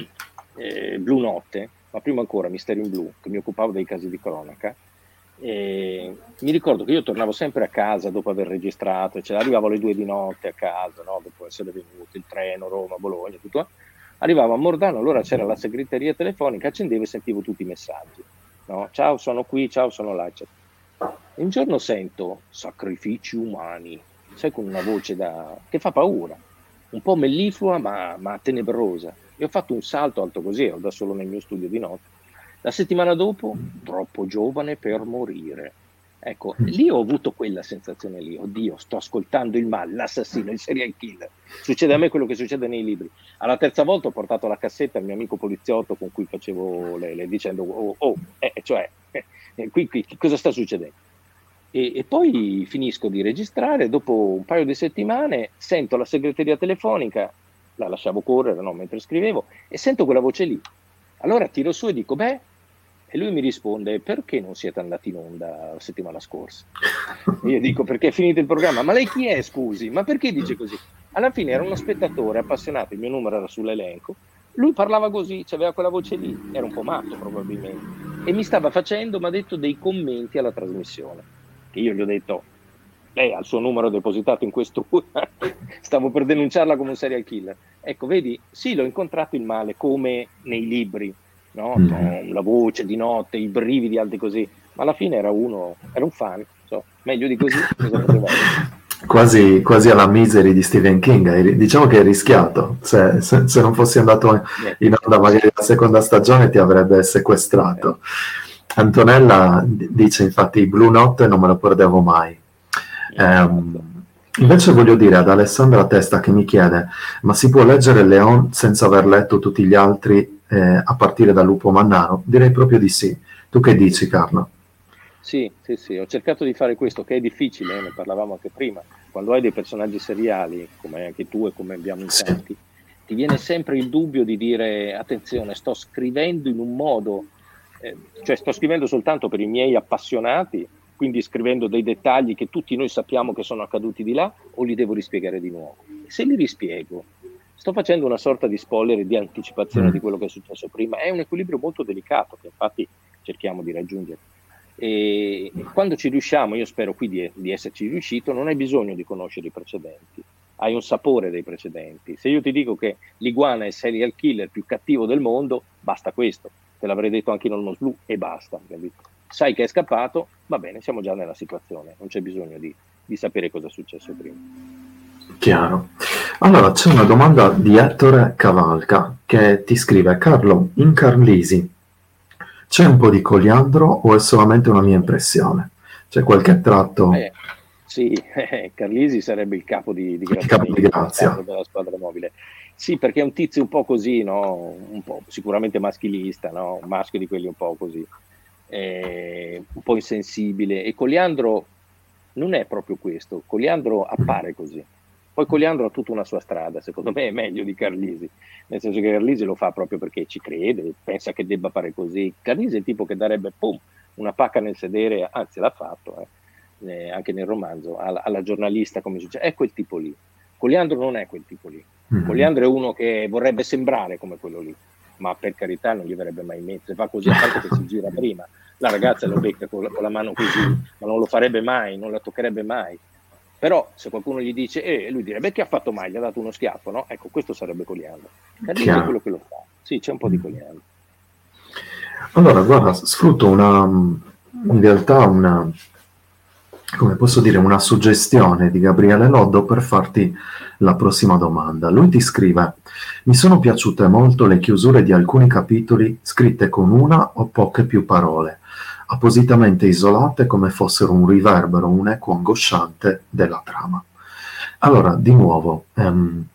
Speaker 2: eh, Blu Notte, ma prima ancora Misteri in Blu, che mi occupavo dei casi di cronaca, eh, mi ricordo che io tornavo sempre a casa dopo aver registrato, cioè arrivavo alle due di notte a casa, no? Dopo essere venuto il treno, Roma, Bologna, tutto, arrivavo a Mordano, allora c'era la segreteria telefonica, accendevo e sentivo tutti i messaggi, no? Ciao, sono qui, ciao, sono là, eccetera. E un giorno sento sacrifici umani, sai, con una voce da... che fa paura, un po' melliflua ma, ma tenebrosa, e ho fatto un salto alto così, ero da solo nel mio studio di notte. La settimana dopo, troppo giovane per morire. Ecco, lì ho avuto quella sensazione lì, oddio, sto ascoltando il male, l'assassino, il serial killer. Succede a me quello che succede nei libri. Alla terza volta ho portato la cassetta al mio amico poliziotto con cui facevo le, le dicendo, oh, oh eh, cioè, eh, qui, qui cosa sta succedendo? E, e poi finisco di registrare, dopo un paio di settimane sento la segreteria telefonica, la lasciavo correre, no, mentre scrivevo, e sento quella voce lì. Allora tiro su e dico, beh, e lui mi risponde, perché non siete andati in onda la settimana scorsa? E io dico, perché è finito il programma. Ma lei chi è, scusi? Ma perché dice così? Alla fine era uno spettatore appassionato, il mio numero era sull'elenco, lui parlava così, aveva quella voce lì, era un po' matto probabilmente, e mi stava facendo, mi ha detto, dei commenti alla trasmissione. Che io gli ho detto, lei ha il suo numero depositato in questo stavo per denunciarla come un serial killer. Ecco, vedi, sì, l'ho incontrato il male come nei libri, no? Mm. La voce di notte, i brividi alti così, ma alla fine era uno, era un fan, so, meglio di così cosa poteva essere?
Speaker 4: Quasi, quasi alla Misery di Stephen King, diciamo che hai rischiato, se, se, se non fossi andato in onda magari la seconda stagione ti avrebbe sequestrato. Antonella dice infatti Blu Notte non me lo perdevo mai. Um, invece voglio dire ad Alessandra Testa che mi chiede, ma si può leggere Leon senza aver letto tutti gli altri eh, a partire da Lupo Mannaro? Direi proprio di sì. Tu che dici, Carlo?
Speaker 2: Sì, sì, sì, ho cercato di fare questo, che è difficile, ne parlavamo anche prima, quando hai dei personaggi seriali, come anche tu e come abbiamo in tanti, sì, ti viene sempre il dubbio di dire, attenzione, sto scrivendo in un modo, eh, cioè sto scrivendo soltanto per i miei appassionati, quindi scrivendo dei dettagli che tutti noi sappiamo che sono accaduti di là, o li devo rispiegare di nuovo? Se li rispiego, sto facendo una sorta di spoiler e di anticipazione mm. di quello che è successo prima, è un equilibrio molto delicato, che infatti cerchiamo di raggiungere. E quando ci riusciamo, io spero qui di, di esserci riuscito, non hai bisogno di conoscere i precedenti, hai un sapore dei precedenti. Se io ti dico che l'iguana è il serial killer più cattivo del mondo, basta questo, te l'avrei detto anche in Olmos Blu e basta, capito? Sai che è scappato, va bene, siamo già nella situazione, non c'è bisogno di, di sapere cosa è successo prima.
Speaker 4: Chiaro. Allora c'è una domanda di Ettore Cavalca che ti scrive: Carlo, in Carlisi c'è un po' di coliandro o è solamente una mia impressione? C'è qualche tratto?
Speaker 2: Eh, sì, eh, Carlisi sarebbe il capo di, di,
Speaker 4: il capo di Grazia
Speaker 2: della squadra mobile. Sì, perché è un tizio un po' così, no? Un po' sicuramente maschilista, no? Un maschio di quelli un po' così, eh, un po' insensibile. E Coliandro non è proprio questo. Coliandro appare così. Poi Coliandro ha tutta una sua strada, secondo me è meglio di Carlisi, nel senso che Carlisi lo fa proprio perché ci crede, pensa che debba fare così. Carlisi è il tipo che darebbe pum, una pacca nel sedere, anzi l'ha fatto, eh, eh, anche nel romanzo, alla, alla giornalista, come succede, è quel tipo lì. Coliandro non è quel tipo lì. Mm-hmm. Coliandro è uno che vorrebbe sembrare come quello lì, ma per carità non gli verrebbe mai in mente, fa così a tanto che si gira prima, la ragazza lo becca con la, con la mano così, ma non lo farebbe mai, non la toccherebbe mai. Però se qualcuno gli dice, eh, lui direbbe che ha fatto mai, gli ha dato uno schiaffo, no? Ecco, questo sarebbe Coliandro. Carlisi è quello che lo fa. Sì, c'è un po' di Coliandro.
Speaker 4: Allora, guarda, sfrutto una, in realtà una, come posso dire, una suggestione di Gabriele Loddo per farti la prossima domanda. Lui ti scrive: mi sono piaciute molto le chiusure di alcuni capitoli scritte con una o poche più parole, appositamente isolate come fossero un riverbero, un eco angosciante della trama. Allora, di nuovo, ehm,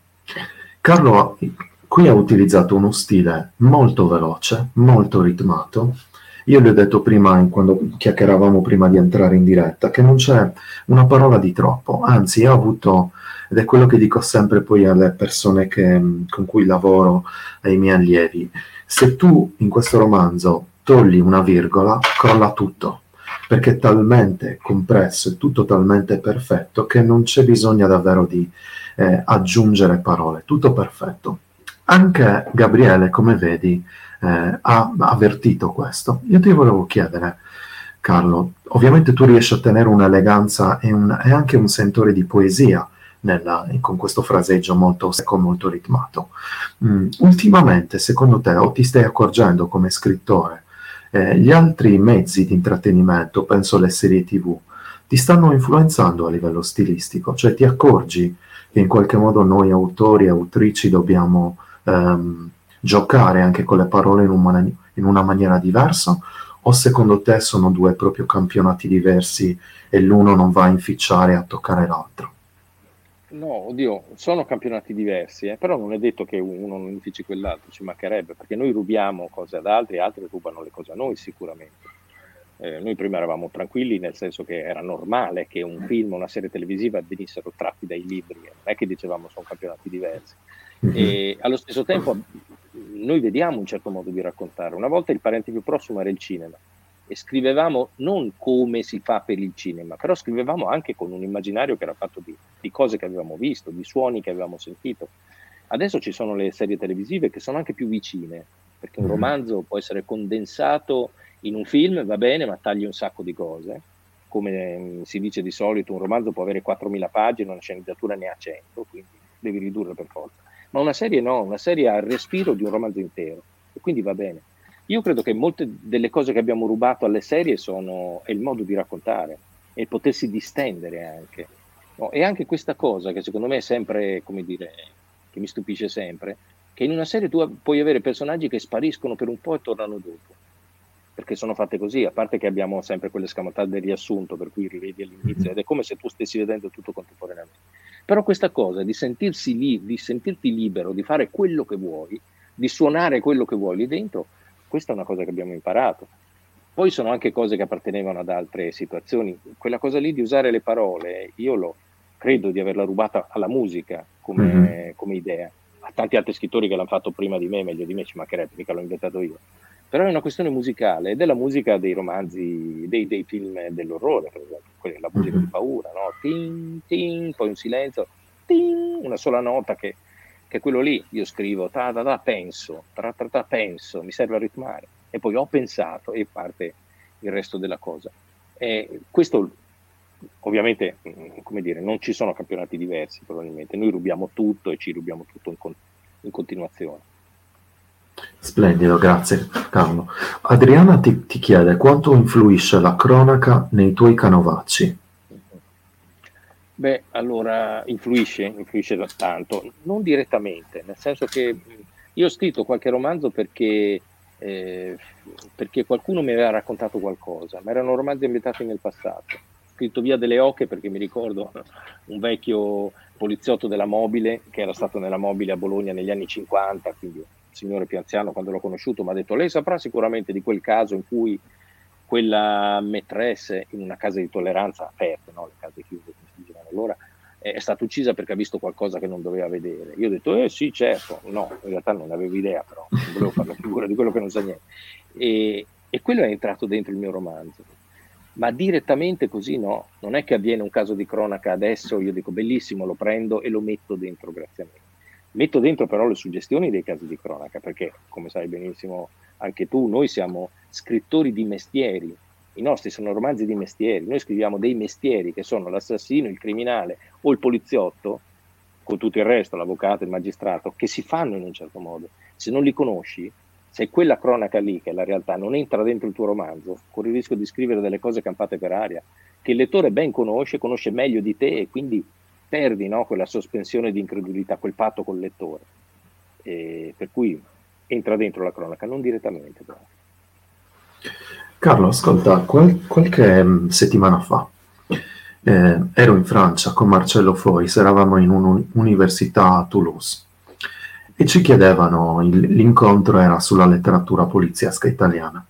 Speaker 4: Carlo qui ha utilizzato uno stile molto veloce, molto ritmato. Io gli ho detto prima, quando chiacchieravamo prima di entrare in diretta, che non c'è una parola di troppo, anzi ho avuto, ed è quello che dico sempre poi alle persone che, con cui lavoro, ai miei allievi, se tu in questo romanzo togli una virgola, crolla tutto, perché è talmente compresso e tutto talmente perfetto che non c'è bisogno davvero di eh, aggiungere parole, tutto perfetto. Anche Gabriele, come vedi, eh, ha avvertito questo. Io ti volevo chiedere, Carlo, ovviamente tu riesci a tenere un'eleganza e, un, e anche un sentore di poesia nella, con questo fraseggio molto secco, molto ritmato. Mm, ultimamente, secondo te, o ti stai accorgendo come scrittore, eh, gli altri mezzi di intrattenimento, penso alle serie tivù, ti stanno influenzando a livello stilistico? Cioè ti accorgi che in qualche modo noi autori e autrici dobbiamo ehm, giocare anche con le parole in, un man- in una maniera diversa, o secondo te sono due proprio campionati diversi e l'uno non va a inficiare a toccare l'altro?
Speaker 2: No, oddio, sono campionati diversi, eh, però non è detto che uno non infici quell'altro, ci mancherebbe, perché noi rubiamo cose ad altri, altri rubano le cose a noi sicuramente. Eh, noi prima eravamo tranquilli, nel senso che era normale che un film o una serie televisiva venissero tratti dai libri, non è che dicevamo sono campionati diversi.
Speaker 4: Mhm.
Speaker 2: E allo stesso tempo noi vediamo un certo modo di raccontare. Una volta il parente più prossimo era il cinema e scrivevamo non come si fa per il cinema, però scrivevamo anche con un immaginario che era fatto di, di cose che avevamo visto, di suoni che avevamo sentito. Adesso ci sono le serie televisive che sono anche più vicine, perché un
Speaker 4: Mhm.
Speaker 2: romanzo può essere condensato in un film, va bene, ma tagli un sacco di cose. Come mh, si dice di solito, un romanzo può avere quattromila pagine, una sceneggiatura ne ha cento, quindi devi ridurre per forza. Ma una serie no, una serie ha il respiro di un romanzo intero, e quindi va bene. Io credo che molte delle cose che abbiamo rubato alle serie sono è il modo di raccontare e il potersi distendere anche. No? E anche questa cosa che secondo me è sempre, come dire, che mi stupisce sempre, che in una serie tu puoi avere personaggi che spariscono per un po' e tornano dopo, perché sono fatte così, a parte che abbiamo sempre quell'escamotage del riassunto per cui rivedi all'inizio ed è come se tu stessi vedendo tutto contemporaneamente. Però questa cosa di sentirsi lì, di sentirti libero, di fare quello che vuoi, di suonare quello che vuoi lì dentro, questa è una cosa che abbiamo imparato. Poi sono anche cose che appartenevano ad altre situazioni. Quella cosa lì di usare le parole, io lo credo di averla rubata alla musica come,
Speaker 4: Mhm.
Speaker 2: come idea. A tanti altri scrittori che l'hanno fatto prima di me, meglio di me, ci mancherebbe, mica l'ho inventato io. Però è una questione musicale, ed è la musica dei romanzi, dei, dei film dell'orrore, per esempio, quella è la musica di
Speaker 4: Mhm.
Speaker 2: paura, no? Tin, tin, poi un silenzio, tin, una sola nota che, che è quello lì. Io scrivo, ta, ta, ta, penso, ta, ta, ta, penso, mi serve a ritmare, e poi ho pensato e parte il resto della cosa. E questo, ovviamente, come dire, non ci sono campionati diversi, probabilmente. Noi rubiamo tutto e ci rubiamo tutto in, con, in continuazione.
Speaker 4: Splendido, grazie Carlo. Adriana ti, ti chiede quanto influisce la cronaca nei tuoi canovacci.
Speaker 2: Beh, allora influisce, influisce tanto, non direttamente, nel senso che mh, io ho scritto qualche romanzo perché, eh, perché qualcuno mi aveva raccontato qualcosa, ma erano romanzi ambientati nel passato. Ho scritto Via delle Oche perché mi ricordo un vecchio poliziotto della Mobile che era stato nella Mobile a Bologna negli anni cinquanta, quindi un signore più anziano, quando l'ho conosciuto mi ha detto: lei saprà sicuramente di quel caso in cui quella maîtresse in una casa di tolleranza aperta, no? Le case chiuse come si dicevano allora, è stata uccisa perché ha visto qualcosa che non doveva vedere. Io ho detto, eh sì, certo, no, in realtà non avevo idea, però non volevo fare la figura di quello che non sa niente. E, e quello è entrato dentro il mio romanzo. Ma direttamente così no, non è che avviene un caso di cronaca adesso, io dico bellissimo, lo prendo e lo metto dentro grazie a me. Metto dentro però le suggestioni dei casi di cronaca, perché come sai benissimo anche tu, noi siamo scrittori di mestieri, i nostri sono romanzi di mestieri, noi scriviamo dei mestieri che sono l'assassino, il criminale o il poliziotto, con tutto il resto, l'avvocato, il magistrato, che si fanno in un certo modo. Se non li conosci, se quella cronaca lì, che è la realtà, non entra dentro il tuo romanzo, corri il rischio di scrivere delle cose campate per aria, che il lettore ben conosce, conosce meglio di te, e quindi perdi, no, quella sospensione di incredulità, quel patto col lettore. E per cui entra dentro la cronaca, non direttamente. Però.
Speaker 4: Carlo, ascolta, qual- qualche mh, settimana fa eh, ero in Francia con Marcello Fois, eravamo in un'università a Toulouse e ci chiedevano, il- l'incontro era sulla letteratura poliziesca italiana,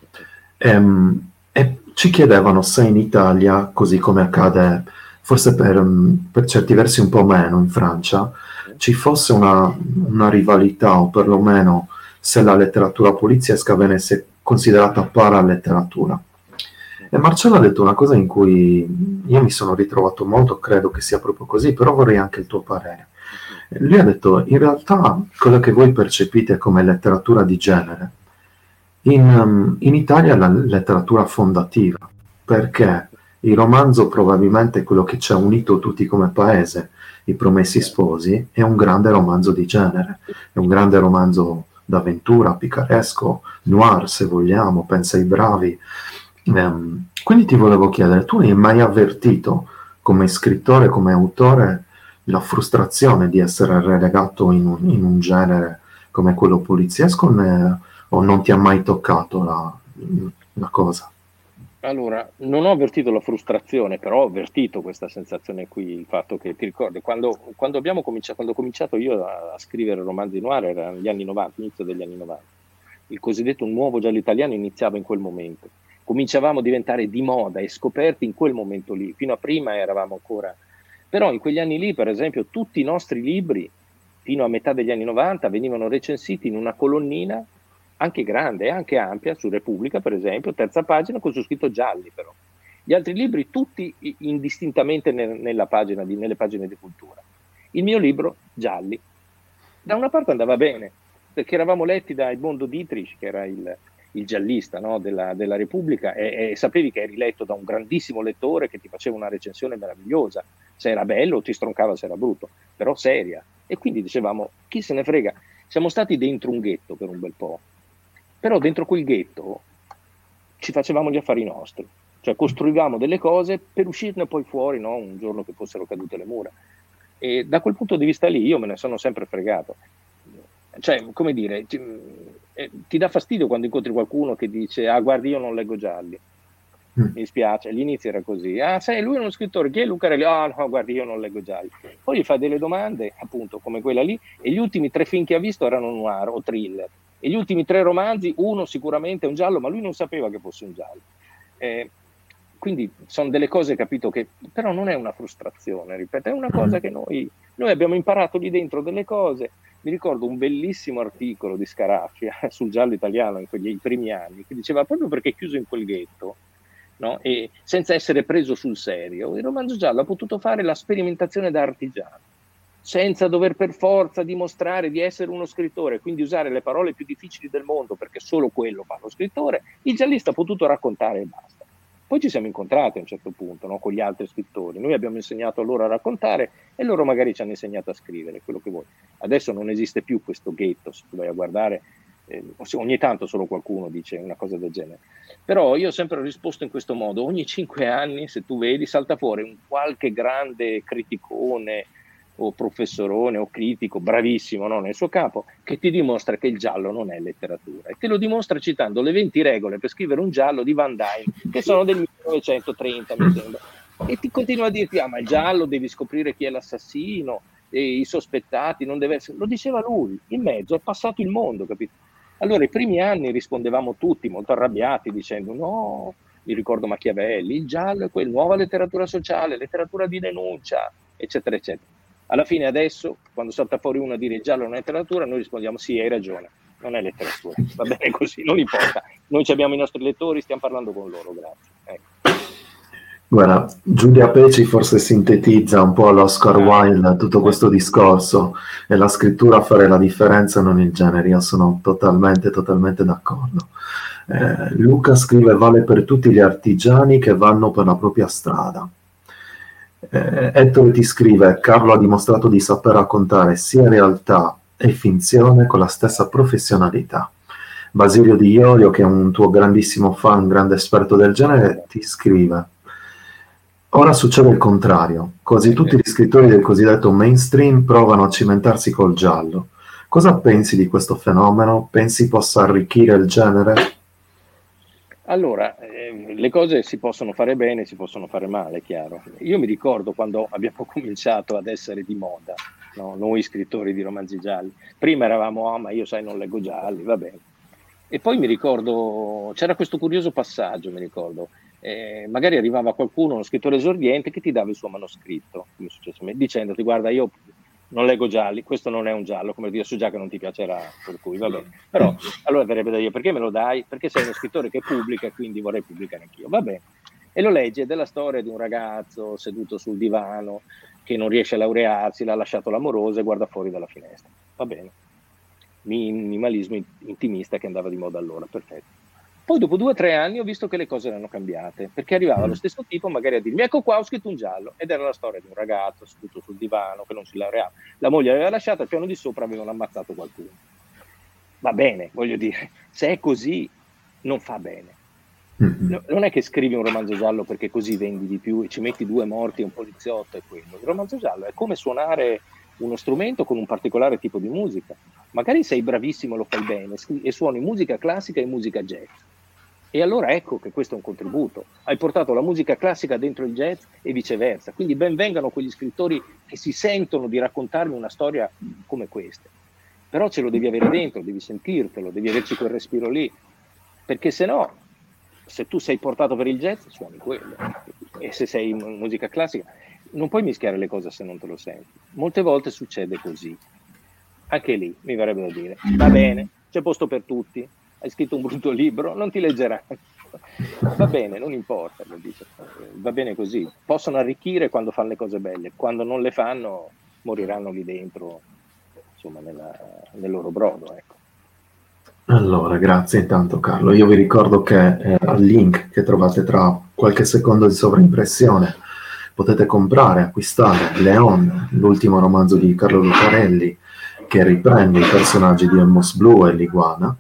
Speaker 4: Ehm, e ci chiedevano se in Italia, così come accade forse per, mh, per certi versi un po' meno in Francia, ci fosse una, una rivalità, o perlomeno se la letteratura poliziesca venisse considerata paraletteratura. E Marcello ha detto una cosa in cui io mi sono ritrovato molto, credo che sia proprio così, però vorrei anche il tuo parere. Lui ha detto, in realtà quello che voi percepite come letteratura di genere, in, um, in Italia è la letteratura fondativa, perché il romanzo probabilmente è quello che ci ha unito tutti come paese, I Promessi Sposi, è un grande romanzo di genere, è un grande romanzo d'avventura, picaresco, noir se vogliamo, pensa ai bravi. Ehm, quindi ti volevo chiedere, tu hai mai avvertito come scrittore, come autore, la frustrazione di essere relegato in un, in un genere come quello poliziesco, ne, o non ti ha mai toccato la, la cosa?
Speaker 2: Allora, non ho avvertito la frustrazione, però ho avvertito questa sensazione qui, il fatto che, ti ricordi, quando, quando abbiamo cominciato, quando ho cominciato io a, a scrivere romanzi noir, era negli anni novanta, inizio degli anni novanta, il cosiddetto nuovo giallo italiano iniziava in quel momento, cominciavamo a diventare di moda e scoperti in quel momento lì, fino a prima eravamo ancora, però in quegli anni lì, per esempio, tutti i nostri libri, fino a metà degli anni novanta, venivano recensiti in una colonnina, anche grande e anche ampia, su Repubblica per esempio, terza pagina, con su scritto gialli però. Gli altri libri tutti indistintamente nel, nella pagina di, nelle pagine di cultura. Il mio libro, gialli. Da una parte andava bene, perché eravamo letti da Edmondo Dietrich, che era il, il giallista, no, della, della Repubblica, e, e sapevi che eri letto da un grandissimo lettore che ti faceva una recensione meravigliosa. Se era bello ti stroncava se era brutto, però seria. E quindi dicevamo, chi se ne frega, siamo stati dentro un ghetto per un bel po'. Però dentro quel ghetto ci facevamo gli affari nostri, cioè costruivamo delle cose per uscirne poi fuori, no? Un giorno che fossero cadute le mura. E da quel punto di vista lì io me ne sono sempre fregato. Cioè, come dire, ti, eh, ti dà fastidio quando incontri qualcuno che dice, ah guardi io non leggo gialli, mm. mi spiace, all'inizio era così, ah sai lui è uno scrittore, chi è Lucarelli? Ah no guardi io non leggo gialli. Poi gli fai delle domande, appunto come quella lì, e gli ultimi tre film che ha visto erano noir o thriller. E gli ultimi tre romanzi, uno sicuramente è un giallo, ma lui non sapeva che fosse un giallo. Eh, quindi sono delle cose, capito, che però non è una frustrazione, ripeto, è una cosa che noi, noi abbiamo imparato lì dentro delle cose. Mi ricordo un bellissimo articolo di Scaraffi sul giallo italiano in quegli primi anni, che diceva proprio perché è chiuso in quel ghetto, no? E senza essere preso sul serio, il romanzo giallo ha potuto fare la sperimentazione da artigiano, senza dover per forza dimostrare di essere uno scrittore, quindi usare le parole più difficili del mondo, perché solo quello fa lo scrittore. Il giallista ha potuto raccontare e basta. Poi ci siamo incontrati a un certo punto, no, con gli altri scrittori. Noi abbiamo insegnato a loro a raccontare e loro magari ci hanno insegnato a scrivere, quello che vuoi. Adesso non esiste più questo ghetto, se tu vai a guardare, eh, ogni tanto solo qualcuno dice una cosa del genere. Però io ho sempre risposto in questo modo: ogni cinque anni, se tu vedi, salta fuori un qualche grande criticone o professorone o critico bravissimo, no, nel suo capo, che ti dimostra che il giallo non è letteratura, e te lo dimostra citando le venti regole per scrivere un giallo di Van Dyne, che sono del millenovecentotrenta mi sembra, e ti continua a dirti ah ma il giallo devi scoprire chi è l'assassino e i sospettati non deve essere, lo diceva lui, in mezzo è passato il mondo, capito? Allora i primi anni rispondevamo tutti molto arrabbiati dicendo no, mi ricordo Machiavelli, il giallo è quella nuova letteratura sociale, letteratura di denuncia, eccetera eccetera. Alla fine adesso, quando salta fuori uno a dire il giallo non è letteratura, noi rispondiamo sì, hai ragione, non è letteratura, va bene così, non importa. Noi abbiamo i nostri lettori, stiamo parlando con loro, grazie. Ecco.
Speaker 4: Guarda, Giulia Peci forse sintetizza un po' all'Oscar Wilde tutto questo discorso, e la scrittura a fare la differenza, non il genere. Io sono totalmente, totalmente d'accordo. Eh, Luca scrive: vale per tutti gli artigiani che vanno per la propria strada. Eh, Ettore ti scrive: Carlo ha dimostrato di saper raccontare sia realtà e finzione con la stessa professionalità. Basilio Di Iorio, che è un tuo grandissimo fan, un grande esperto del genere, ti scrive: ora succede il contrario, quasi tutti gli scrittori del cosiddetto mainstream provano a cimentarsi col giallo. Cosa pensi di questo fenomeno? Pensi possa arricchire il genere?
Speaker 2: Allora, eh, le cose si possono fare bene, si possono fare male, è chiaro. Io mi ricordo quando abbiamo cominciato ad essere di moda, no? Noi scrittori di romanzi gialli. Prima eravamo, ah, ma io sai non leggo gialli, va bene. E poi mi ricordo, c'era questo curioso passaggio, mi ricordo, eh, magari arrivava qualcuno, uno scrittore esordiente, che ti dava il suo manoscritto, come è successo a me, dicendoti, guarda, io non leggo gialli, questo non è un giallo, come dire, so già che non ti piacerà, per cui va bene. Però allora verrebbe da dire, perché me lo dai? Perché sei uno scrittore che pubblica e quindi vorrei pubblicare anch'io, va bene. E lo leggi, è della storia di un ragazzo seduto sul divano che non riesce a laurearsi, l'ha lasciato l'amorosa e guarda fuori dalla finestra, va bene. Minimalismo intimista che andava di moda allora, perfetto. Poi dopo due o tre anni ho visto che le cose erano cambiate, perché arrivava lo stesso tipo magari a dirmi, ecco qua ho scritto un giallo, ed era la storia di un ragazzo seduto sul divano che non si laureava, la moglie l'aveva lasciata, al piano di sopra avevano ammazzato qualcuno. Va bene, voglio dire, se è così non fa bene. No, non è che scrivi un romanzo giallo perché così vendi di più e ci metti due morti e un poliziotto e quello. Il romanzo giallo è come suonare uno strumento con un particolare tipo di musica. Magari sei bravissimo, lo fai bene e suoni musica classica e musica jazz. E allora ecco che questo è un contributo. Hai portato la musica classica dentro il jazz e viceversa. Quindi ben vengano quegli scrittori che si sentono di raccontarmi una storia come questa. Però ce lo devi avere dentro, devi sentirtelo, devi averci quel respiro lì. Perché se no, se tu sei portato per il jazz, suoni quello. E se sei in musica classica, non puoi mischiare le cose se non te lo senti. Molte volte succede così. Anche lì, mi verrebbe da dire, va bene, c'è posto per tutti, hai scritto un brutto libro, non ti leggeranno. Va bene, non importa, dice. Va bene così. Possono arricchire quando fanno le cose belle, quando non le fanno moriranno lì dentro, insomma, nella, nel loro brodo, ecco.
Speaker 4: Allora, grazie intanto Carlo. Io vi ricordo che eh, al link che trovate tra qualche secondo di sovraimpressione potete comprare, acquistare Leon, l'ultimo romanzo di Carlo Lucarelli, che riprende i personaggi di Olmos Blu e l'Iguana.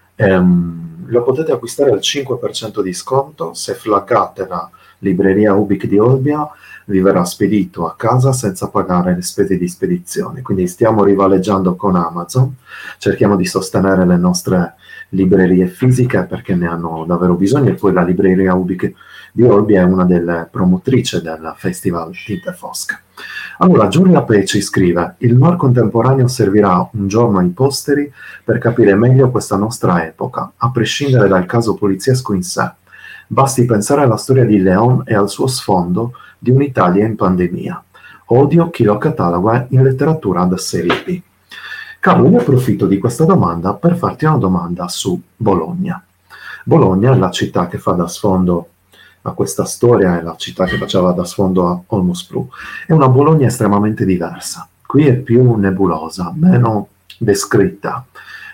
Speaker 4: Ehm, lo potete acquistare al cinque per cento di sconto. Se flaggate la libreria Ubik di Olbia vi verrà spedito a casa senza pagare le spese di spedizione. Quindi stiamo rivaleggiando con Amazon, cerchiamo di sostenere le nostre librerie fisiche perché ne hanno davvero bisogno, e poi la libreria Ubik di Olbia è una delle promotrici del Festival Tinte Fosche. Allora, Giulia Peci scrive: il noir contemporaneo servirà un giorno ai posteri per capire meglio questa nostra epoca, a prescindere dal caso poliziesco in sé. Basti pensare alla storia di Leon e al suo sfondo di un'Italia in pandemia. Odio chi lo cataloga in letteratura da serie B. Carlo, io approfitto di questa domanda per farti una domanda su Bologna. Bologna è la città che fa da sfondo a questa storia, è la città che faceva da sfondo a Olmos Blu. È una Bologna estremamente diversa. Qui è più nebulosa, meno descritta.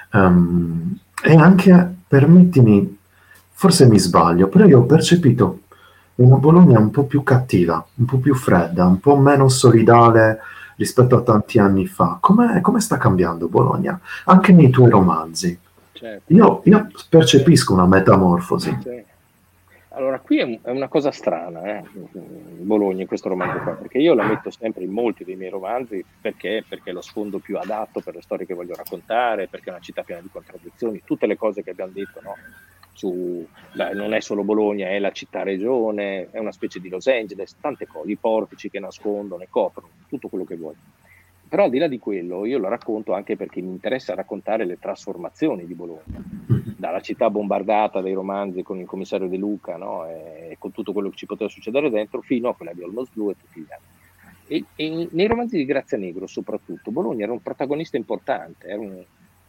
Speaker 4: Um, e anche, permettimi, forse mi sbaglio, però io ho percepito una Bologna un po' più cattiva, un po' più fredda, un po' meno solidale rispetto a tanti anni fa. Come, come sta cambiando Bologna? Anche nei tuoi romanzi.
Speaker 2: Certo.
Speaker 4: Io, io percepisco una metamorfosi.
Speaker 2: Sì. Allora, qui è, è una cosa strana, eh, Bologna, in questo romanzo qua, perché io la metto sempre in molti dei miei romanzi, perché? Perché è lo sfondo più adatto per le storie che voglio raccontare, perché è una città piena di contraddizioni, tutte le cose che abbiamo detto, no? Su, la, non è solo Bologna, è la città-regione, è una specie di Los Angeles, tante cose, i portici che nascondono e coprono, tutto quello che vuoi. Però al di là di quello, io lo racconto anche perché mi interessa raccontare le trasformazioni di Bologna, dalla città bombardata dai romanzi con il commissario De Luca, no? E con tutto quello che ci poteva succedere dentro, fino a quella di Olmos Blu e tutti gli altri. E, e nei romanzi di Grazia Negro, soprattutto, Bologna era un protagonista importante, era un,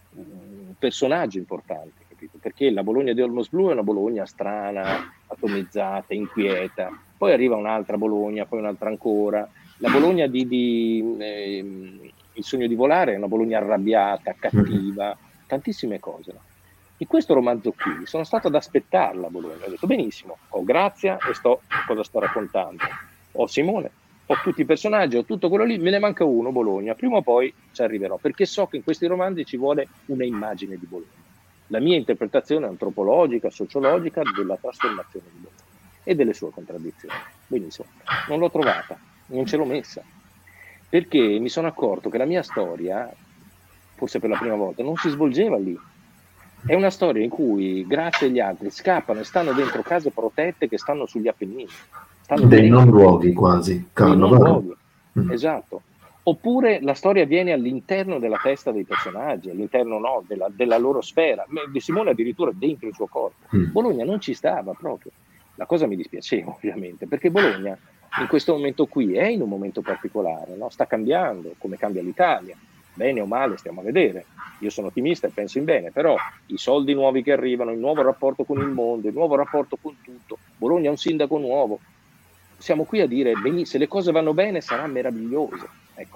Speaker 2: un personaggio importante, capito? Perché la Bologna di Olmos Blu è una Bologna strana, atomizzata, inquieta, poi arriva un'altra Bologna, poi un'altra ancora. La Bologna di, di eh, Il sogno di volare è una Bologna arrabbiata, cattiva, tantissime cose, no? In questo romanzo qui sono stato ad aspettarla a Bologna, ho detto benissimo, ho Grazia e sto cosa sto raccontando, ho Simone, ho tutti i personaggi, ho tutto quello lì, me ne manca uno, Bologna, prima o poi ci arriverò, perché so che in questi romanzi ci vuole una immagine di Bologna. la mia interpretazione antropologica, sociologica della trasformazione di Bologna e delle sue contraddizioni. Benissimo, non l'ho trovata, non ce l'ho messa, perché mi sono accorto che la mia storia, forse per la prima volta, non si svolgeva lì. È una storia in cui Grazia e gli altri scappano e stanno dentro case protette che stanno sugli Appennini. Stanno
Speaker 4: Dei non
Speaker 2: dentro,
Speaker 4: luoghi quasi, Carlo,
Speaker 2: dei non
Speaker 4: vero?
Speaker 2: luoghi.
Speaker 4: Mm.
Speaker 2: Esatto. Oppure la storia avviene all'interno della testa dei personaggi, all'interno no, della, della loro sfera. De Simone addirittura dentro il suo corpo.
Speaker 4: Mm.
Speaker 2: Bologna non ci stava proprio. La cosa mi dispiaceva ovviamente, perché Bologna in questo momento qui è in un momento particolare, no? Sta cambiando, come cambia l'Italia, bene o male stiamo a vedere. Io sono ottimista e penso in bene, però i soldi nuovi che arrivano, il nuovo rapporto con il mondo, il nuovo rapporto con tutto, Bologna ha un sindaco nuovo, siamo qui a dire, beh, se le cose vanno bene sarà meraviglioso, ecco.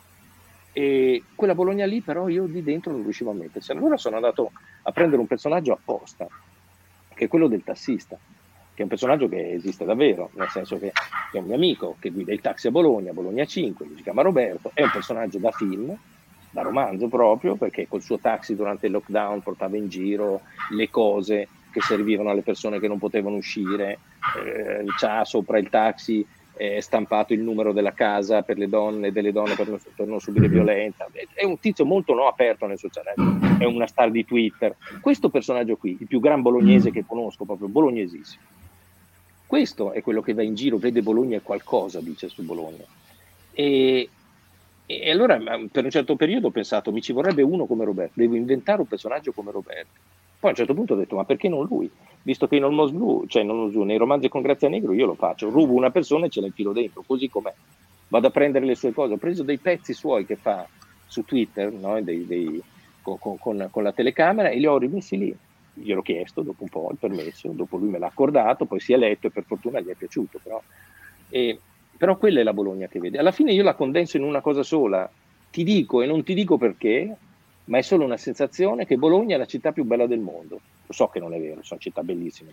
Speaker 2: E quella Bologna lì però io di dentro non riuscivo a metterci. Allora sono andato a prendere un personaggio apposta, che è quello del tassista, che è un personaggio che esiste davvero, nel senso che è un mio amico che guida il taxi a Bologna, Bologna cinque, si chiama Roberto, è un personaggio da film, da romanzo proprio, perché col suo taxi durante il lockdown portava in giro le cose che servivano alle persone che non potevano uscire, eh, c'ha sopra il taxi eh, stampato il numero della casa per le donne, delle donne per non, per non subire violenza, è un tizio molto no, aperto nel sociale, è una star di Twitter. Questo personaggio qui, il più gran bolognese che conosco, proprio bolognesissimo, questo è quello che va in giro, vede Bologna e qualcosa dice su Bologna. E, e allora per un certo periodo ho pensato, mi ci vorrebbe uno come Roberto, devo inventare un personaggio come Roberto. Poi a un certo punto ho detto, ma perché non lui? Visto che in Olmos Blu, cioè in Olmos Blu, nei romanzi con Grazia Negro io lo faccio, rubo una persona e ce la infilo dentro, così com'è. Vado a prendere le sue cose, ho preso dei pezzi suoi che fa su Twitter, no? dei, dei, con, con, con la telecamera e li ho rimessi lì. Gliel'ho chiesto dopo un po' il permesso, dopo lui me l'ha accordato, poi si è letto e per fortuna gli è piaciuto. Però, e, però quella è la Bologna che vede. Alla fine io la condenso in una cosa sola, ti dico e non ti dico perché, ma è solo una sensazione che Bologna è la città più bella del mondo. Lo so che non è vero, sono città bellissime,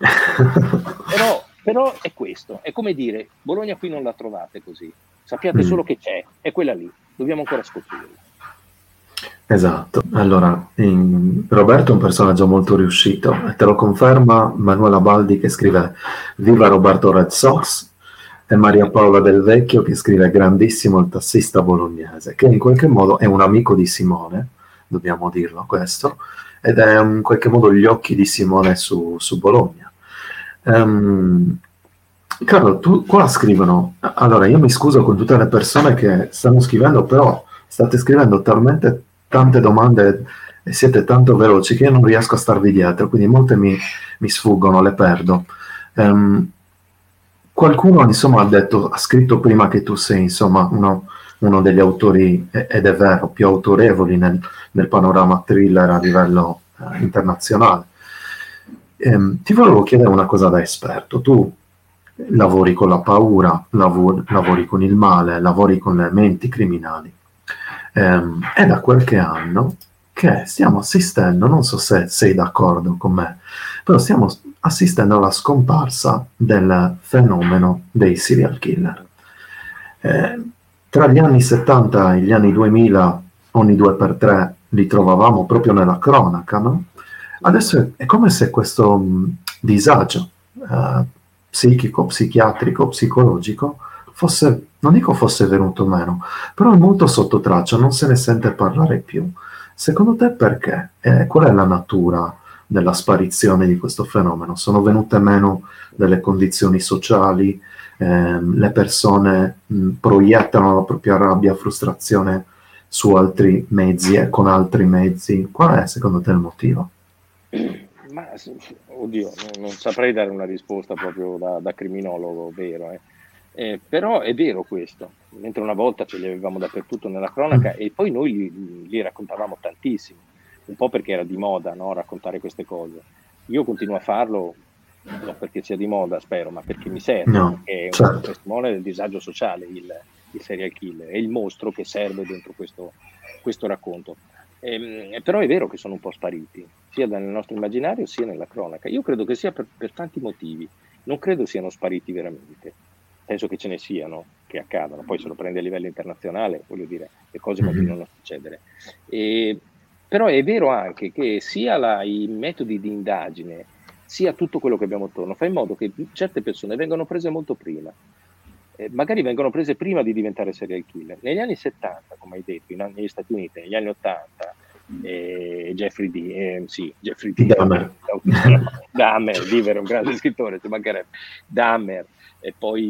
Speaker 2: però, però è questo, è come dire, Bologna qui non la trovate così, sappiate solo che c'è, è quella lì, dobbiamo ancora scoprirla.
Speaker 4: Esatto, allora in... Roberto è un personaggio molto riuscito e te lo conferma Manuela Baldi che scrive Viva Roberto Red Sox e Maria Paola Del Vecchio che scrive grandissimo il tassista bolognese, che in qualche modo è un amico di Simone, dobbiamo dirlo questo, ed è in qualche modo gli occhi di Simone su, su Bologna. Um, Carlo, tu qua scrivono, allora io mi scuso con tutte le persone che stanno scrivendo, però state scrivendo talmente tante domande e siete tanto veloci che io non riesco a starvi dietro, quindi molte mi, mi sfuggono, le perdo. Um, qualcuno insomma ha detto, ha scritto prima che tu sei insomma uno, uno degli autori, ed è vero, più autorevoli nel, nel panorama thriller a livello eh, internazionale. Um, ti volevo chiedere una cosa da esperto, tu lavori con la paura, lavori, lavori con il male, lavori con le menti criminali. Um, è da qualche anno che stiamo assistendo, non so se sei d'accordo con me, però stiamo assistendo alla scomparsa del fenomeno dei serial killer. Eh, tra gli anni settanta e gli anni duemila, ogni due per tre li trovavamo proprio nella cronaca, no? Adesso è come se questo mh, disagio eh, psichico, psichiatrico, psicologico fosse, non dico fosse venuto meno, però è molto sotto traccia, non se ne sente parlare più. Secondo te perché? Eh, qual è la natura della sparizione di questo fenomeno? Sono venute meno delle condizioni sociali, eh, le persone mh, proiettano la propria rabbia, frustrazione su altri mezzi e con altri mezzi. Qual è secondo te il motivo?
Speaker 2: Ma oddio, non, non saprei dare una risposta proprio da, da criminologo vero, eh. Eh, però è vero questo, mentre una volta ce li avevamo dappertutto nella cronaca e poi noi li, li raccontavamo tantissimo, un po' perché era di moda, no, raccontare queste cose. Io continuo a farlo non perché sia di moda, spero, ma perché mi serve,
Speaker 4: no,
Speaker 2: perché è
Speaker 4: certo.
Speaker 2: un testimone del disagio sociale il, il serial killer, è il mostro che serve dentro questo, questo racconto. Eh, però è vero che sono un po' spariti, sia nel nostro immaginario sia nella cronaca. Io credo che sia per, per tanti motivi, non credo siano spariti veramente. Penso che ce ne siano, che accadano, poi se lo prende a livello internazionale, voglio dire, le cose continuano a succedere. E, però è vero anche che sia la, i metodi di indagine, sia tutto quello che abbiamo attorno, fa in modo che certe persone vengano prese molto prima. Eh, magari vengono prese prima di diventare serial killer. Negli anni settanta, come hai detto, in, negli Stati Uniti, negli anni ottanta, eh, Jeffrey D. Eh, sì, Jeffrey D.
Speaker 4: Dahmer.
Speaker 2: Dahmer, Diver, un grande scrittore, ci mancherebbe. Dahmer, e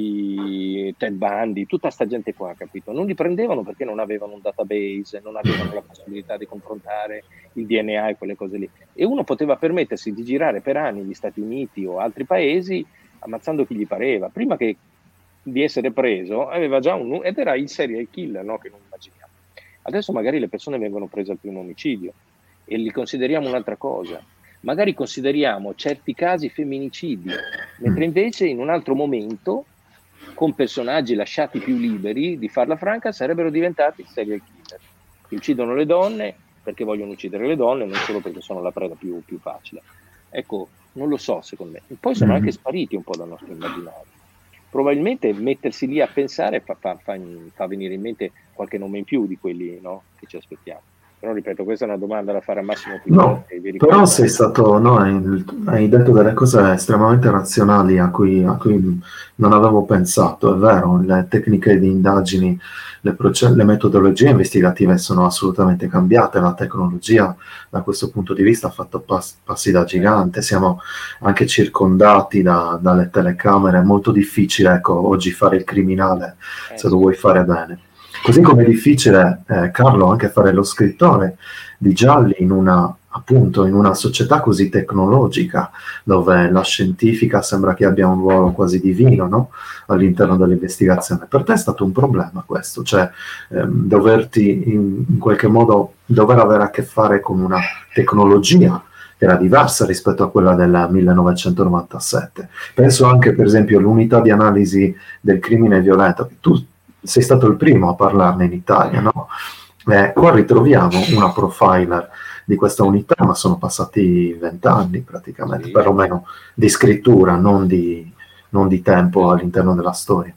Speaker 2: poi Ted Bundy, tutta sta gente qua, capito? Non li prendevano perché non avevano un database, non avevano la possibilità di confrontare il D N A e quelle cose lì. E uno poteva permettersi di girare per anni negli Stati Uniti o altri paesi ammazzando chi gli pareva. Prima che di essere preso, aveva già un ed era il serial killer, no? Che non immaginiamo. Adesso magari le persone vengono prese al primo omicidio e li consideriamo un'altra cosa. Magari consideriamo certi casi femminicidi, mentre invece in un altro momento, con personaggi lasciati più liberi di farla franca, sarebbero diventati serial killer, che uccidono le donne perché vogliono uccidere le donne, non solo perché sono la preda più, più facile. Ecco, non lo so, secondo me. E poi sono anche spariti un po' dal nostro immaginario. Probabilmente mettersi lì a pensare fa, fa, fa, fa venire in mente qualche nome in più di quelli, no, che ci aspettiamo. Però ripeto, questa è una domanda da fare a Massimo
Speaker 4: No, però sei stato, no, hai, hai detto delle cose estremamente razionali a cui, a cui non avevo pensato, è vero, le tecniche di indagini, le, proce- le metodologie investigative sono assolutamente cambiate, la tecnologia da questo punto di vista ha fatto pas- passi da gigante, siamo anche circondati da, dalle telecamere, è molto difficile, ecco, oggi fare il criminale se lo vuoi fare bene. Così come è difficile, eh, Carlo, anche fare lo scrittore di gialli in una, appunto, in una società così tecnologica, dove la scientifica sembra che abbia un ruolo quasi divino, no? All'interno dell'investigazione. Per te è stato un problema questo, cioè ehm, doverti in, in qualche modo, dover avere a che fare con una tecnologia che era diversa rispetto a quella del millenovecentonovantasette. Penso anche, per esempio, all'unità di analisi del crimine violento, che tu sei stato il primo a parlarne in Italia, no? Eh, qua ritroviamo una profiler di questa unità, ma sono passati vent'anni praticamente, sì, perlomeno di scrittura, non di, non di tempo all'interno della storia.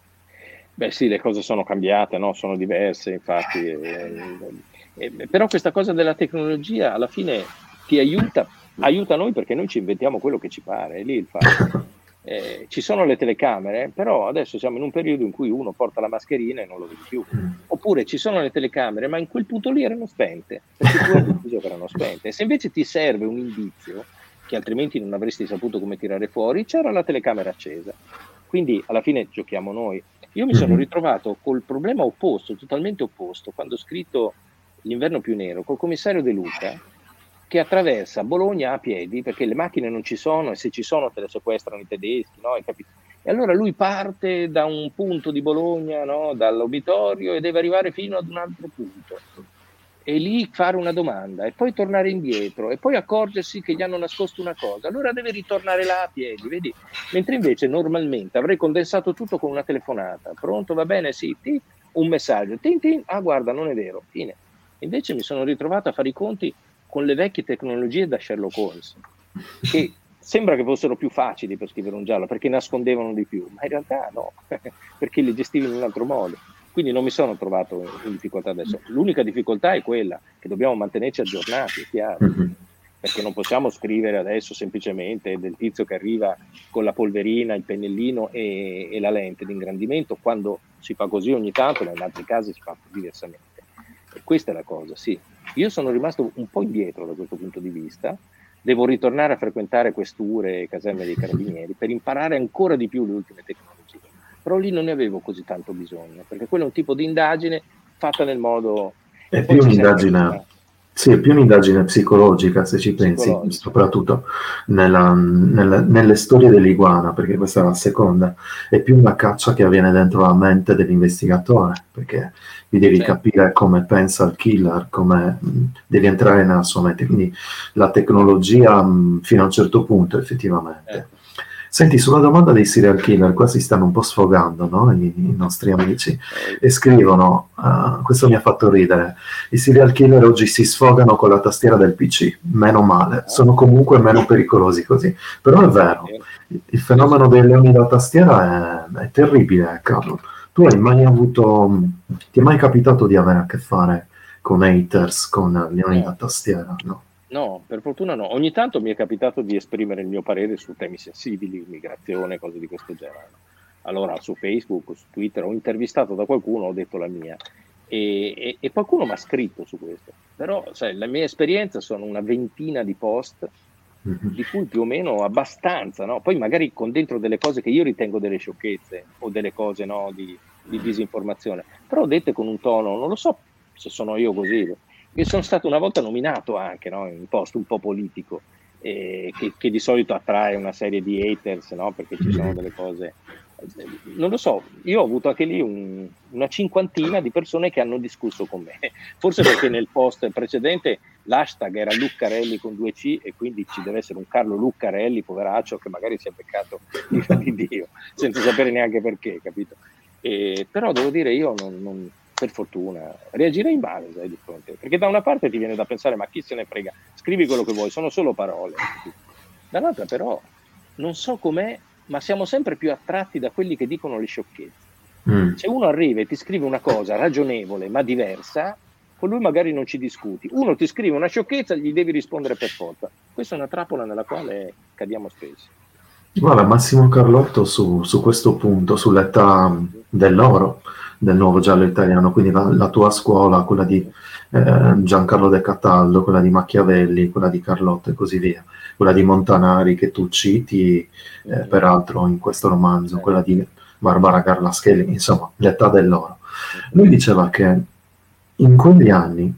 Speaker 2: Beh sì, le cose sono cambiate, no? Sono diverse, infatti. Eh, eh, però questa cosa della tecnologia alla fine ti aiuta, aiuta noi perché noi ci inventiamo quello che ci pare, è lì il fatto. Eh, ci sono le telecamere, però adesso siamo in un periodo in cui uno porta la mascherina e non lo vedi più. Oppure ci sono le telecamere, ma in quel punto lì erano spente, perché tu hai deciso che erano spente. E se invece ti serve un indizio, che altrimenti non avresti saputo come tirare fuori, c'era la telecamera accesa. Quindi alla fine giochiamo noi. Io mi sono ritrovato col problema opposto, totalmente opposto, quando ho scritto L'inverno più nero, col commissario De Luca, che attraversa Bologna a piedi perché le macchine non ci sono e se ci sono te le sequestrano i tedeschi, no? Hai capito? E allora lui parte da un punto di Bologna, no? Dall'obitorio, e deve arrivare fino ad un altro punto e lì fare una domanda e poi tornare indietro e poi accorgersi che gli hanno nascosto una cosa, allora deve ritornare là a piedi, vedi? Mentre invece normalmente avrei condensato tutto con una telefonata. Pronto, va bene? Sì, tin, un messaggio, tin, tin, ah guarda, non è vero, fine. Invece mi sono ritrovato a fare i conti con le vecchie tecnologie da Sherlock Holmes, che sembra che fossero più facili per scrivere un giallo, perché nascondevano di più, ma in realtà no, perché li gestivi in un altro modo. Quindi non mi sono trovato in difficoltà adesso. L'unica difficoltà è quella, che dobbiamo mantenerci aggiornati, è chiaro, perché non possiamo scrivere adesso semplicemente del tizio che arriva con la polverina, il pennellino e, e la lente di ingrandimento, quando si fa così ogni tanto, ma in altri casi si fa diversamente. E questa è la cosa, sì. Io sono rimasto un po' indietro da questo punto di vista, devo ritornare a frequentare questure e caserme dei carabinieri per imparare ancora di più le ultime tecnologie, però lì non ne avevo così tanto bisogno, perché quello è un tipo di indagine fatta nel modo...
Speaker 4: È più un'indagine, sì, è più un'indagine psicologica, se ci pensi, soprattutto nella, nella, nelle storie dell'iguana, perché questa è la seconda, è più una caccia che avviene dentro la mente dell'investigatore, perché vi devi certo. capire come pensa il killer, come mh, devi entrare nella sua mente, quindi la tecnologia mh, fino a un certo punto effettivamente. Eh. Senti, sulla domanda dei serial killer, qua si stanno un po' sfogando, no? I, i nostri amici, e scrivono, uh, questo mi ha fatto ridere, i serial killer oggi si sfogano con la tastiera del P C, meno male, sono comunque meno pericolosi così, però è vero, il fenomeno dei leoni da tastiera è, è terribile, Carlo. Tu hai mai avuto, ti è mai capitato di avere a che fare con haters, con leoni
Speaker 2: No.
Speaker 4: da tastiera, no?
Speaker 2: No, per fortuna no. Ogni tanto mi è capitato di esprimere il mio parere su temi sensibili, immigrazione, cose di questo genere. Allora su Facebook, su Twitter ho intervistato da qualcuno, ho detto la mia e, e, e qualcuno mi ha scritto su questo. Però sai, la mia esperienza sono una ventina di post,
Speaker 4: Mhm.
Speaker 2: di cui più o meno abbastanza, no? Poi magari con dentro delle cose che io ritengo delle sciocchezze o delle cose, no, di, di disinformazione, però dette con un tono, non lo so se sono io così. Io sono stato una volta nominato anche, no, in un posto un po' politico, eh, che, che di solito attrae una serie di haters, no, perché ci sono delle cose, eh, non lo so, io ho avuto anche lì un- una cinquantina di persone che hanno discusso con me, forse perché nel post precedente l'hashtag era Luccarelli con due C e quindi ci deve essere un Carlo Luccarelli, poveraccio, che magari si è beccato l'ira di Dio, senza sapere neanche perché, capito? E, però devo dire, io non, non- per fortuna reagirei male, sai, di fronte, perché da una parte ti viene da pensare, ma chi se ne frega, scrivi quello che vuoi, sono solo parole, capito? Dall'altra però non so com'è, ma siamo sempre più attratti da quelli che dicono le sciocchezze.
Speaker 4: Mm.
Speaker 2: Se uno arriva e ti scrive una cosa ragionevole ma diversa, con lui magari non ci discuti. Uno ti scrive una sciocchezza, gli devi rispondere per forza. Questa è una trappola nella quale cadiamo spesso.
Speaker 4: Guarda, Massimo Carlotto su, su questo punto, sull'età dell'oro, del nuovo giallo italiano, quindi la, la tua scuola, quella di eh, Giancarlo De Cataldo, quella di Machiavelli, quella di Carlotto e così via, quella di Montanari che tu citi, eh, peraltro in questo romanzo, quella di Barbara Garlaschelli, insomma, l'età dell'oro. Lui diceva che in quegli anni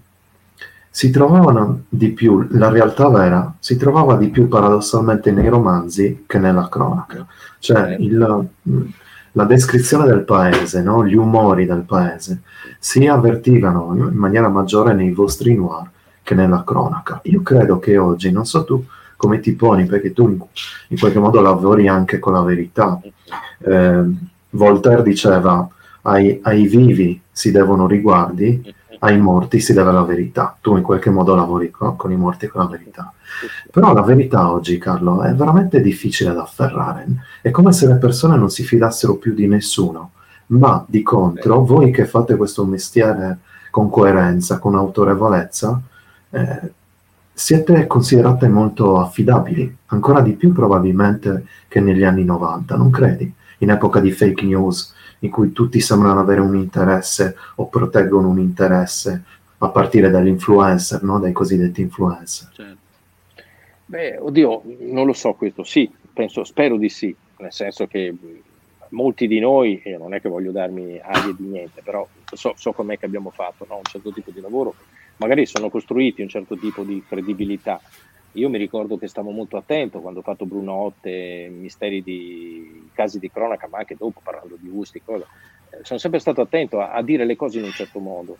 Speaker 4: si trovavano di più, la realtà vera si trovava di più paradossalmente nei romanzi che nella cronaca. Cioè il, la descrizione del paese, no? Gli umori del paese si avvertivano in maniera maggiore nei vostri noir che nella cronaca. Io credo che oggi, non so tu come ti poni, perché tu in, in qualche modo lavori anche con la verità. Eh, Voltaire diceva ai, ai vivi si devono riguardi, ai morti si deve la verità. Tu in qualche modo lavori con, con i morti e con la verità. Però la verità oggi, Carlo, è veramente difficile da afferrare. È come se le persone non si fidassero più di nessuno. Ma di contro, voi che fate questo mestiere con coerenza, con autorevolezza, eh, siete considerate molto affidabili, ancora di più probabilmente che negli anni novanta, non credi? In epoca di fake news, in cui tutti sembrano avere un interesse o proteggono un interesse, a partire dagli influencer, no? Dai cosiddetti influencer.
Speaker 2: Certo. Beh, oddio, non lo so questo, sì, penso, spero di sì, nel senso che molti di noi, e non è che voglio darmi arie di niente, però so, so com'è che abbiamo fatto, no? Un certo tipo di lavoro, magari sono costruiti un certo tipo di credibilità. Io mi ricordo che stavo molto attento quando ho fatto Brunotte, misteri di casi di cronaca, ma anche dopo parlando di Usti, cosa. Eh, sono sempre stato attento a, a dire le cose in un certo modo,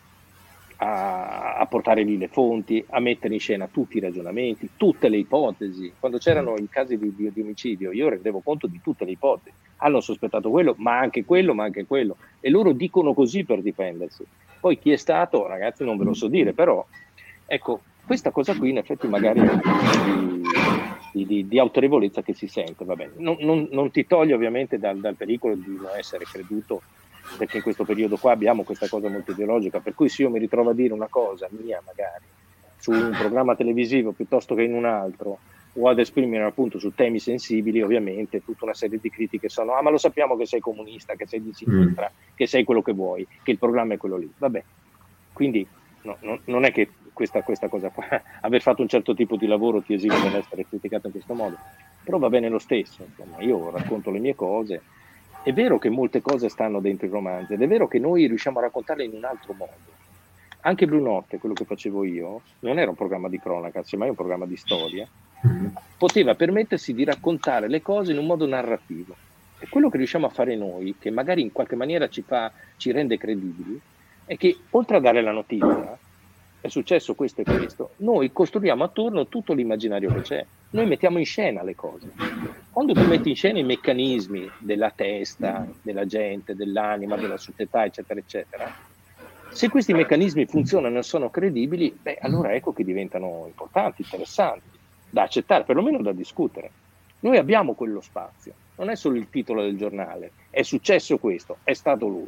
Speaker 2: a, a portare lì le fonti, a mettere in scena tutti i ragionamenti, tutte le ipotesi. Quando c'erano i casi di, di, di omicidio, io rendevo conto di tutte le ipotesi. Hanno sospettato quello, ma anche quello, ma anche quello. E loro dicono così per difendersi. Poi chi è stato, ragazzi, non ve lo so dire, però ecco, questa cosa qui in effetti magari è un po' di, di, di autorevolezza che si sente. Va bene. Non, non, non ti toglie ovviamente dal, dal pericolo di non essere creduto, perché in questo periodo qua abbiamo questa cosa molto ideologica, per cui se io mi ritrovo a dire una cosa mia magari su un programma televisivo piuttosto che in un altro, o ad esprimere appunto su temi sensibili, ovviamente tutta una serie di critiche sono: ah, ma lo sappiamo che sei comunista, che sei di sinistra, mm. che sei quello che vuoi, che il programma è quello lì. Vabbè, quindi no, no, non è che questa, questa cosa qua, aver fatto un certo tipo di lavoro ti esime dall'essere criticato in questo modo, però va bene lo stesso, insomma, io racconto le mie cose. È vero che molte cose stanno dentro i romanzi, ed è vero che noi riusciamo a raccontarle in un altro modo. Anche Brunotte, quello che facevo io, non era un programma di cronaca, semmai un programma di storia, poteva permettersi di raccontare le cose in un modo narrativo. E quello che riusciamo a fare noi, che magari in qualche maniera ci fa, ci rende credibili, è che oltre a dare la notizia, è successo questo e questo, noi costruiamo attorno tutto l'immaginario che c'è. Noi mettiamo in scena le cose. Quando tu metti in scena i meccanismi della testa, della gente, dell'anima, della società, eccetera, eccetera, se questi meccanismi funzionano e sono credibili, beh, allora ecco che diventano importanti, interessanti, da accettare, perlomeno da discutere. Noi abbiamo quello spazio, non è solo il titolo del giornale, è successo questo, è stato lui.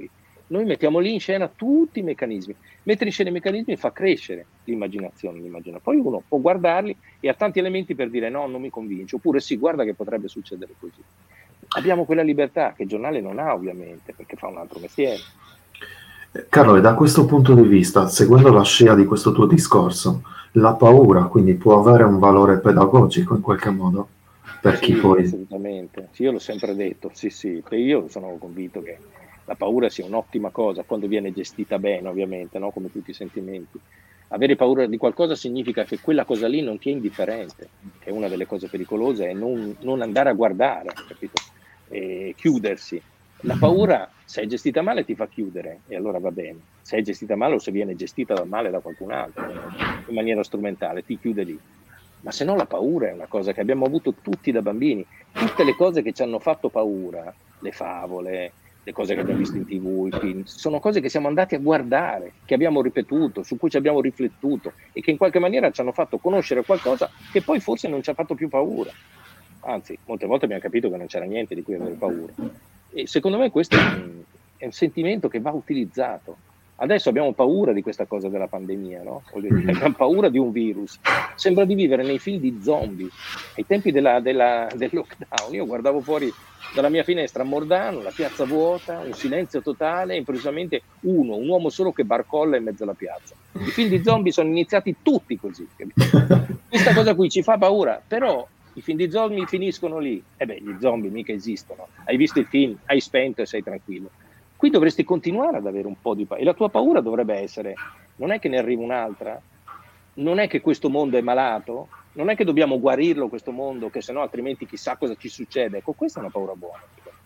Speaker 2: Noi mettiamo lì in scena tutti i meccanismi. Mettere in scena i meccanismi fa crescere l'immaginazione, l'immaginazione. Poi uno può guardarli e ha tanti elementi per dire no, non mi convince, oppure sì, guarda che potrebbe succedere così. Abbiamo quella libertà che il giornale non ha, ovviamente, perché fa un altro mestiere.
Speaker 4: Carlo, e da questo punto di vista, seguendo la scia di questo tuo discorso, la paura quindi può avere un valore pedagogico in qualche modo? Per chi
Speaker 2: Sì,
Speaker 4: poi...
Speaker 2: assolutamente. Sì, io l'ho sempre detto, sì, sì. E io sono convinto che la paura sia un'ottima cosa quando viene gestita bene, ovviamente, no? Come tutti i sentimenti. Avere paura di qualcosa significa che quella cosa lì non ti è indifferente, che è una delle cose pericolose, è non, non andare a guardare, capito? E chiudersi. La paura, se è gestita male, ti fa chiudere, e allora va bene. Se è gestita male o se viene gestita da male da qualcun altro, in maniera strumentale, ti chiude lì. Ma se no la paura è una cosa che abbiamo avuto tutti da bambini. Tutte le cose che ci hanno fatto paura, le favole, le cose che abbiamo visto in tv, i film, sono cose che siamo andati a guardare, che abbiamo ripetuto, su cui ci abbiamo riflettuto e che in qualche maniera ci hanno fatto conoscere qualcosa che poi forse non ci ha fatto più paura. Anzi, molte volte abbiamo capito che non c'era niente di cui avere paura. E secondo me questo è un, è un sentimento che va utilizzato. Adesso abbiamo paura di questa cosa della pandemia, no? Abbiamo paura di un virus. Sembra di vivere nei film di zombie. Ai tempi della, della, del lockdown, io guardavo fuori dalla mia finestra a Mordano, la piazza vuota, un silenzio totale, e improvvisamente uno, un uomo solo che barcolla in mezzo alla piazza. I film di zombie sono iniziati tutti così. Questa cosa qui ci fa paura, però i film di zombie finiscono lì. E beh, gli zombie mica esistono. Hai visto il film, hai spento e sei tranquillo. Qui dovresti continuare ad avere un po' di paura. E la tua paura dovrebbe essere, non è che ne arriva un'altra, non è che questo mondo è malato, non è che dobbiamo guarirlo questo mondo, che sennò altrimenti chissà cosa ci succede. Ecco, questa è una paura buona.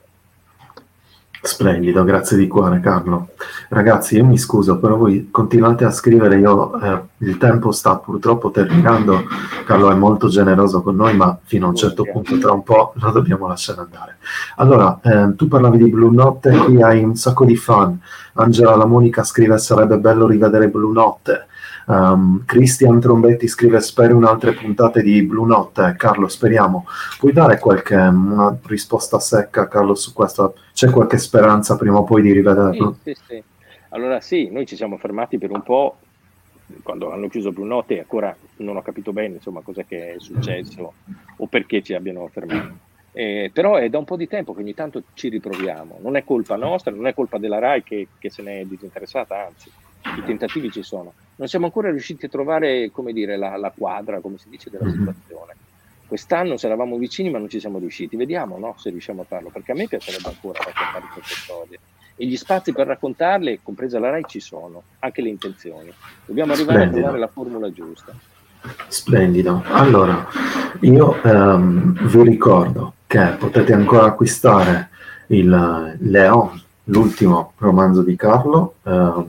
Speaker 4: Splendido, grazie di cuore Carlo. Ragazzi, io mi scuso, però voi continuate a scrivere, io, eh, il tempo sta purtroppo terminando, Carlo è molto generoso con noi, ma fino a un certo punto, tra un po', lo dobbiamo lasciare andare. Allora, eh, tu parlavi di Blue Notte, qui hai un sacco di fan. Angela La Monica scrive sarebbe bello rivedere Blue Notte. Um, Cristian Trombetti scrive spero in altre puntate di Blue Notte. Carlo, speriamo. Puoi dare qualche una risposta secca, Carlo, su questo? C'è qualche speranza prima o poi di rivederlo?
Speaker 2: Sì, sì, sì. Allora sì, noi ci siamo fermati per un po' quando hanno chiuso Blue Notte, ancora non ho capito bene insomma cosa che è successo o perché ci abbiano fermato. Eh, però è da un po' di tempo che ogni tanto ci riproviamo. Non è colpa nostra, non è colpa della Rai che, che se ne è disinteressata, anzi i tentativi ci sono. Non siamo ancora riusciti a trovare, come dire, la, la quadra, come si dice, della situazione. Quest'anno se eravamo vicini ma non ci siamo riusciti. Vediamo, no, se riusciamo a farlo, perché a me piacerebbe ancora raccontare queste storie. E gli spazi per raccontarle, compresa la Rai, ci sono, anche le intenzioni. Dobbiamo arrivare Splendido. a trovare la formula giusta.
Speaker 4: Splendido. Allora, io ehm, vi ricordo che potete ancora acquistare il Leon, l'ultimo romanzo di Carlo. Ehm,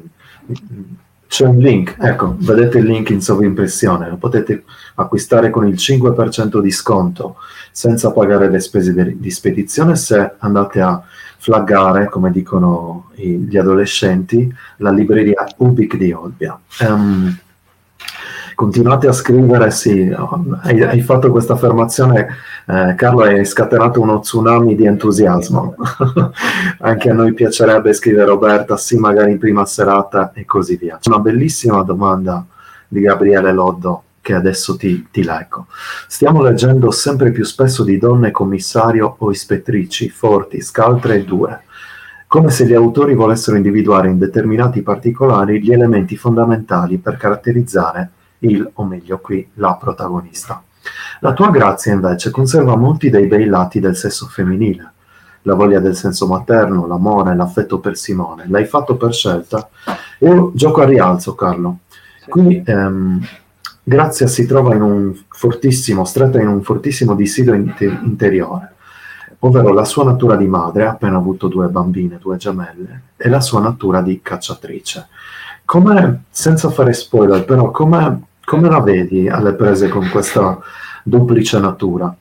Speaker 4: c'è un link, ecco, vedete il link in sovrimpressione, lo potete acquistare con il cinque per cento di sconto senza pagare le spese di, di spedizione se andate a flaggare, come dicono i, gli adolescenti, la libreria Ubic di Olbia. Um, continuate a scrivere, sì, hai, hai fatto questa affermazione, eh, Carlo, hai scatenato uno tsunami di entusiasmo. Anche a noi piacerebbe, scrive Roberta, sì, magari in prima serata e così via. C'è una bellissima domanda di Gabriele Loddo che adesso ti, ti leggo. Stiamo leggendo sempre più spesso di donne commissario o ispettrici, forti, scaltre e dure, come se gli autori volessero individuare in determinati particolari gli elementi fondamentali per caratterizzare il, o meglio qui, la protagonista. La tua Grazia invece conserva molti dei bei lati del sesso femminile, la voglia del senso materno, l'amore, l'affetto per Simone. L'hai fatto per scelta? Io gioco a rialzo, Carlo. Qui ehm, Grazia si trova in un fortissimo, stretta in un fortissimo dissidio inter- interiore, ovvero la sua natura di madre, ha appena avuto due bambine, due gemelle, e la sua natura di cacciatrice. Come, senza fare spoiler, però, come Come la vedi alle prese con questa duplice natura?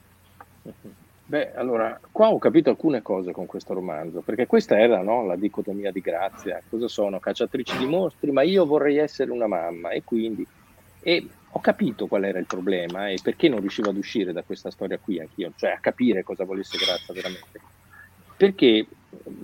Speaker 2: Beh, allora, qua ho capito alcune cose con questo romanzo, perché questa era, no, la dicotomia di Grazia. Cosa sono? Cacciatrici di mostri, ma io vorrei essere una mamma, e quindi... E ho capito qual era il problema e perché non riuscivo ad uscire da questa storia qui anch'io, cioè a capire cosa volesse Grazia veramente. Perché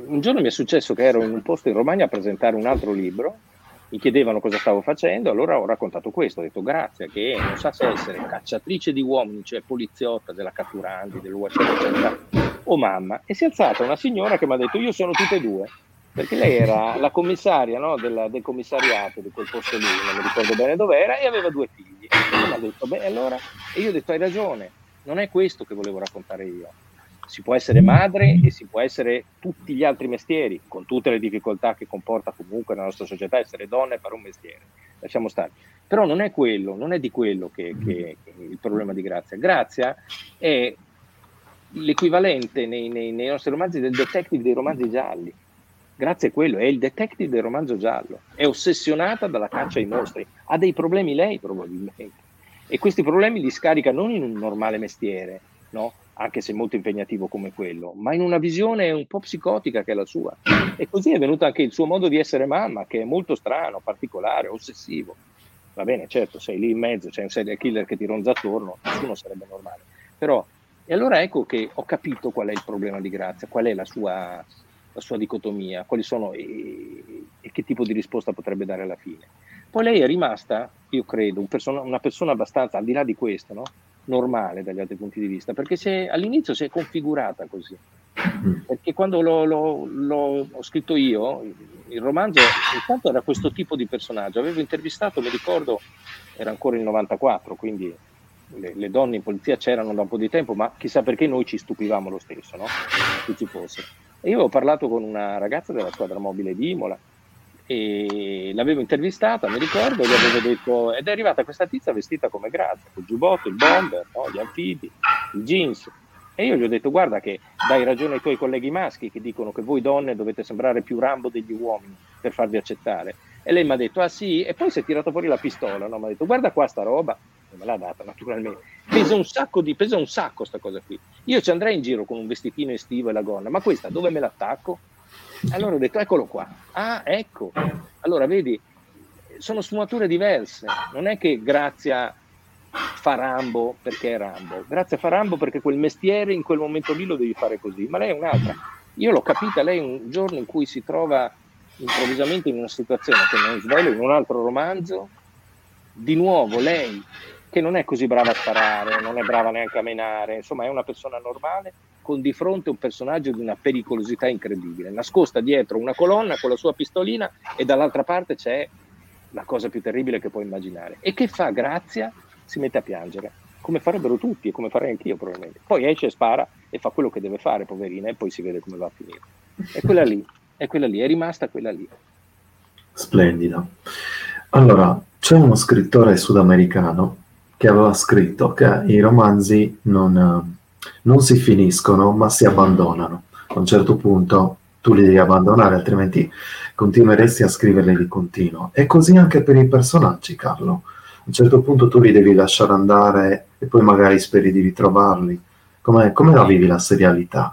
Speaker 2: un giorno mi è successo che ero in un posto in Romagna a presentare un altro libro, mi chiedevano cosa stavo facendo, allora ho raccontato questo, ho detto Grazia, che non sa se essere cacciatrice di uomini, cioè poliziotta della Catturandi, dell'U A C, eccetera, o mamma, e si è alzata una signora che mi ha detto io sono tutte e due, perché lei era la commissaria, no, della, del commissariato di quel posto lì, non mi ricordo bene dov'era, e aveva due figli. E mi ha detto, beh allora, e io ho detto hai ragione, non è questo che volevo raccontare io. Si può essere madre e si può essere tutti gli altri mestieri, con tutte le difficoltà che comporta comunque nella nostra società essere donna e fare un mestiere, lasciamo stare. Però non è quello, non è di quello che, che, che il problema di Grazia. Grazia è l'equivalente nei, nei, nei nostri romanzi del detective dei romanzi gialli. Grazia è quello, è il detective del romanzo giallo, è ossessionata dalla caccia ai mostri, ha dei problemi lei probabilmente, e questi problemi li scarica non in un normale mestiere, no? Anche se molto impegnativo come quello, ma in una visione un po' psicotica che è la sua. E così è venuto anche il suo modo di essere mamma, che è molto strano, particolare, ossessivo. Va bene, certo, sei lì in mezzo, c'è un serial killer che ti ronza attorno, nessuno sarebbe normale. Però, e allora ecco che ho capito qual è il problema di Grazia, qual è la sua, la sua dicotomia, quali sono e, e che tipo di risposta potrebbe dare alla fine. Poi lei è rimasta, io credo, un persona, una persona abbastanza, al di là di questo, no? Normale dagli altri punti di vista, perché se, all'inizio si è configurata così, perché quando l'ho, l'ho, l'ho, ho scritto io il romanzo, intanto era questo tipo di personaggio, avevo intervistato, mi ricordo, era ancora il novantaquattro, quindi le, le donne in polizia c'erano da un po' di tempo, ma chissà perché noi ci stupivamo lo stesso, no? Che ci fosse. E io avevo parlato con una ragazza della squadra mobile di Imola e l'avevo intervistata, mi ricordo, gli avevo detto, ed è arrivata questa tizia vestita come Grazia, col giubbotto, il bomber, no? Gli anfibi, il jeans, e io gli ho detto guarda che dai ragione ai tuoi colleghi maschi che dicono che voi donne dovete sembrare più Rambo degli uomini per farvi accettare, e lei mi ha detto ah sì, e poi si è tirato fuori la pistola, no? Mi ha detto guarda qua sta roba, e me l'ha data naturalmente, pesa un sacco di pesa un sacco sta cosa qui, io ci andrei in giro con un vestitino estivo e la gonna, ma questa dove me l'attacco? Allora ho detto eccolo qua, ah ecco, allora vedi, sono sfumature diverse, non è che Grazia fa Rambo perché è Rambo, Grazia fa Rambo perché quel mestiere in quel momento lì lo devi fare così, ma lei è un'altra. Io l'ho capita, lei un giorno in cui si trova improvvisamente in una situazione che non svelo in un altro romanzo, di nuovo lei che non è così brava a sparare, non è brava neanche a menare, insomma è una persona normale, con di fronte un personaggio di una pericolosità incredibile, nascosta dietro una colonna con la sua pistolina e dall'altra parte c'è la cosa più terribile che puoi immaginare. E che fa Grazia? Si mette a piangere, come farebbero tutti e come farei anch'io probabilmente. Poi esce e spara e fa quello che deve fare, poverina, e poi si vede come va a finire. È quella lì, è quella lì, è rimasta quella lì.
Speaker 4: Splendida. Allora, c'è uno scrittore sudamericano che aveva scritto che i romanzi non, non si finiscono, ma si abbandonano. A un certo punto tu li devi abbandonare, altrimenti continueresti a scriverli di continuo. E così anche per i personaggi, Carlo. A un certo punto tu li devi lasciare andare e poi magari speri di ritrovarli. Come, come la vivi la serialità?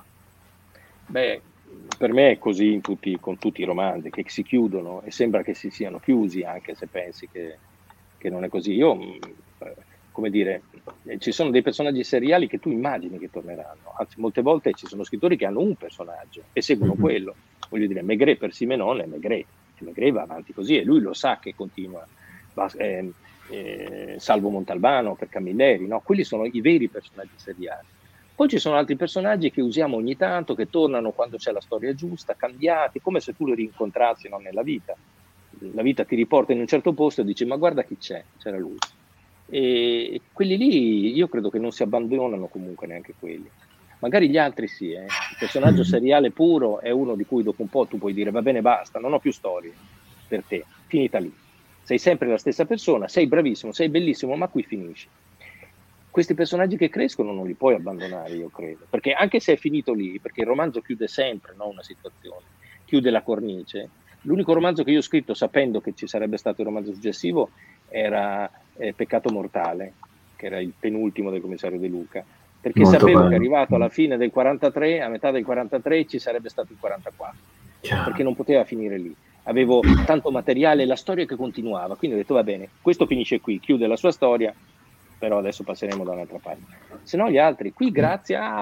Speaker 2: Beh, per me è così in tutti, con tutti i romanzi, che si chiudono e sembra che si siano chiusi, anche se pensi che, che non è così. Io, come dire, ci sono dei personaggi seriali che tu immagini che torneranno, anzi molte volte ci sono scrittori che hanno un personaggio e seguono mm-hmm. quello. Voglio dire, Maigret per Simenon è Maigret, e Maigret va avanti così e lui lo sa che continua. Va, eh, eh, Salvo Montalbano per Camilleri, no? Quelli sono i veri personaggi seriali. Poi ci sono altri personaggi che usiamo ogni tanto, che tornano quando c'è la storia giusta, cambiati, come se tu li rincontrassi, no, nella vita. La vita ti riporta in un certo posto e dici ma guarda chi c'è, c'era lui. E quelli lì io credo che non si abbandonano comunque neanche quelli. Magari gli altri sì, eh. Il personaggio seriale puro è uno di cui dopo un po' tu puoi dire va bene basta, non ho più storie per te, finita lì. Sei sempre la stessa persona, sei bravissimo, sei bellissimo, ma qui finisci. Questi personaggi che crescono non li puoi abbandonare, io credo, perché anche se è finito lì, perché il romanzo chiude sempre, no, una situazione, chiude la cornice. L'unico romanzo che io ho scritto sapendo che ci sarebbe stato il romanzo successivo era eh, Peccato Mortale, che era il penultimo del commissario De Luca, perché Molto sapevo bello. Che arrivato alla fine del quarantatré, a metà del quarantatré ci sarebbe stato il quarantaquattro, Chiaro. Perché non poteva finire lì. Avevo tanto materiale, la storia che continuava, quindi ho detto va bene, questo finisce qui, chiude la sua storia, però adesso passeremo da un'altra parte. Se no gli altri, qui Grazia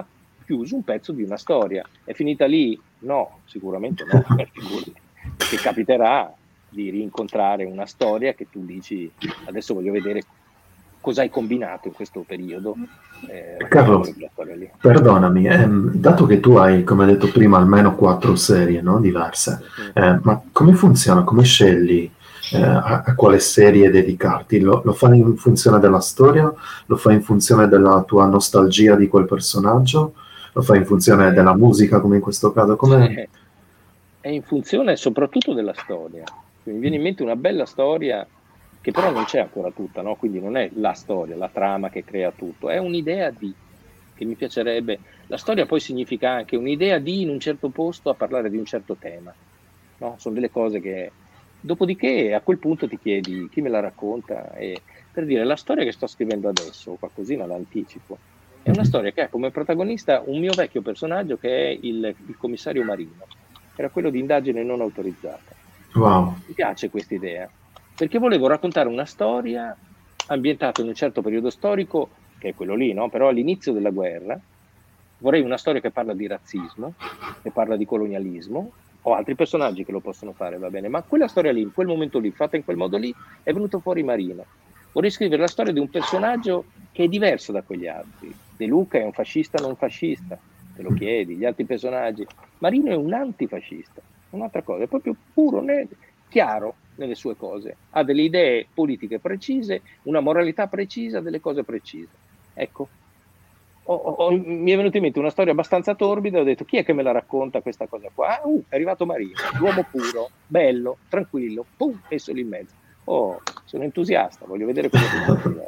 Speaker 2: chiuso un pezzo di una storia. È finita lì? No, sicuramente no, perché capiterà di rincontrare una storia che tu dici adesso voglio vedere cosa hai combinato in questo periodo. Eh,
Speaker 4: Carlo, perdonami, ehm, dato che tu hai, come detto prima, almeno quattro serie, no? diverse, eh, ma come funziona? Come scegli eh, a, a quale serie dedicarti? Lo, lo fai in funzione della storia? Lo fai in funzione della tua nostalgia di quel personaggio? Lo fai in funzione della musica, come in questo caso? Come...
Speaker 2: È in funzione soprattutto della storia. Mi viene in mente una bella storia che però non c'è ancora tutta, no? Quindi non è la storia, la trama che crea tutto, è un'idea di, che mi piacerebbe. La storia poi significa anche un'idea di in un certo posto a parlare di un certo tema, no? Sono delle cose che... Dopodiché a quel punto ti chiedi chi me la racconta, e per dire la storia che sto scrivendo adesso, qualcosina l'anticipo, è una storia che ha come protagonista un mio vecchio personaggio che è il, il commissario Marino, era quello di indagine non autorizzata.
Speaker 4: Wow.
Speaker 2: Mi piace questa idea, perché volevo raccontare una storia ambientata in un certo periodo storico, che è quello lì, no? Però all'inizio della guerra. Vorrei una storia che parla di razzismo, che parla di colonialismo, ho altri personaggi che lo possono fare, va bene, ma quella storia lì, in quel momento lì, fatta in quel modo lì, è venuto fuori Marino. Vorrei scrivere la storia di un personaggio che è diverso da quegli altri. De Luca è un fascista non fascista, te lo chiedi, gli altri personaggi. Marino è un antifascista, un'altra cosa, è proprio puro, ne- chiaro nelle sue cose, ha delle idee politiche precise, una moralità precisa, delle cose precise. Ecco, ho, ho, mi è venuta in mente una storia abbastanza torbida, ho detto chi è che me la racconta questa cosa qua? Ah, uh, è arrivato Marino, l'uomo puro, bello, tranquillo, pum, messo lì in mezzo. Oh, sono entusiasta, voglio vedere cosa succede.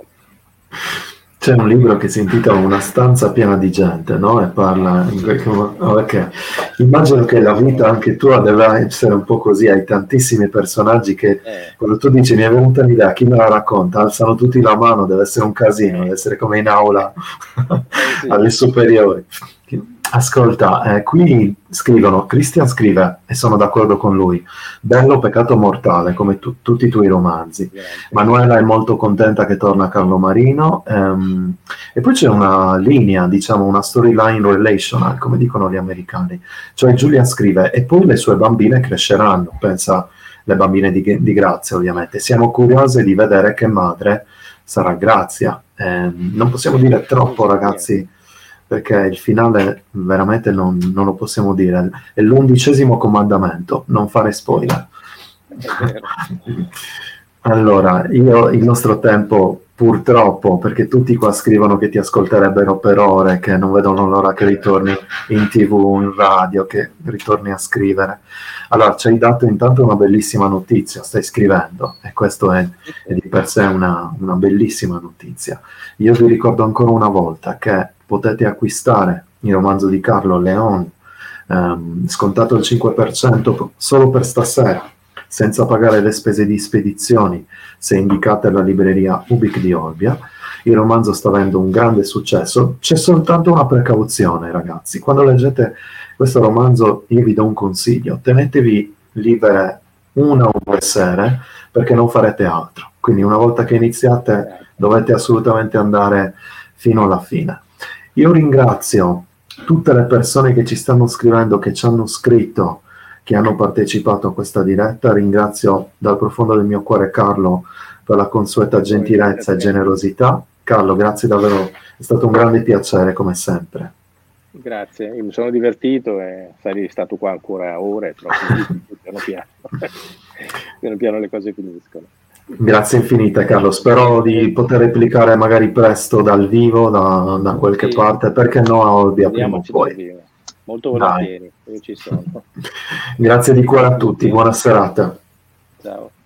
Speaker 4: C'è un libro che si intitola Una stanza piena di gente, no? E parla in qualche modo... Ok, immagino che la vita anche tua deve essere un po' così, hai tantissimi personaggi che
Speaker 2: Eh.
Speaker 4: quando tu dici mi è venuta l'idea, chi me la racconta? Alzano tutti la mano, deve essere un casino, deve essere come in aula
Speaker 2: sì.
Speaker 4: alle superiori. Ascolta, eh, qui scrivono, Christian scrive, e sono d'accordo con lui, bello peccato mortale, come tu, tutti i tuoi romanzi.
Speaker 2: Grazie.
Speaker 4: Manuela è molto contenta che torna Carlo Marino, ehm, e poi c'è una linea, diciamo una storyline relational, come dicono gli americani. Cioè Giulia scrive, e poi le sue bambine cresceranno, pensa le bambine di, di Grazia ovviamente. Siamo curiose di vedere che madre sarà Grazia. Eh, non possiamo dire troppo, ragazzi, perché il finale veramente non, non lo possiamo dire. È l'undicesimo comandamento, non fare spoiler. Allora, io il nostro tempo, purtroppo, perché tutti qua scrivono che ti ascolterebbero per ore, che non vedono l'ora che ritorni in tv, in radio, che ritorni a scrivere. Allora, ci hai dato intanto una bellissima notizia, stai scrivendo, e questo è, è di per sé una, una bellissima notizia. Io vi ricordo ancora una volta che potete acquistare il romanzo di Carlo Leon, ehm, scontato il cinque per cento solo per stasera, senza pagare le spese di spedizioni, se indicate la libreria Ubic di Olbia. Il romanzo sta avendo un grande successo. C'è soltanto una precauzione, ragazzi. Quando leggete questo romanzo io vi do un consiglio: tenetevi libere una o due sere, perché non farete altro. Quindi una volta che iniziate dovete assolutamente andare fino alla fine. Io ringrazio tutte le persone che ci stanno scrivendo, che ci hanno scritto, che hanno partecipato a questa diretta. Ringrazio dal profondo del mio cuore Carlo per la consueta gentilezza e generosità. Carlo, grazie davvero, è stato un grande piacere come sempre.
Speaker 2: Grazie, io mi sono divertito e sarei stato qua ancora ore, però piano piano, piano piano le cose finiscono.
Speaker 4: Grazie infinite Carlo, spero di poter replicare magari presto dal vivo da, da qualche
Speaker 2: sì.
Speaker 4: parte, perché no a Olbia prima o poi.
Speaker 2: Molto volentieri, io ci sono.
Speaker 4: Grazie di cuore a tutti, buona serata.
Speaker 2: Ciao.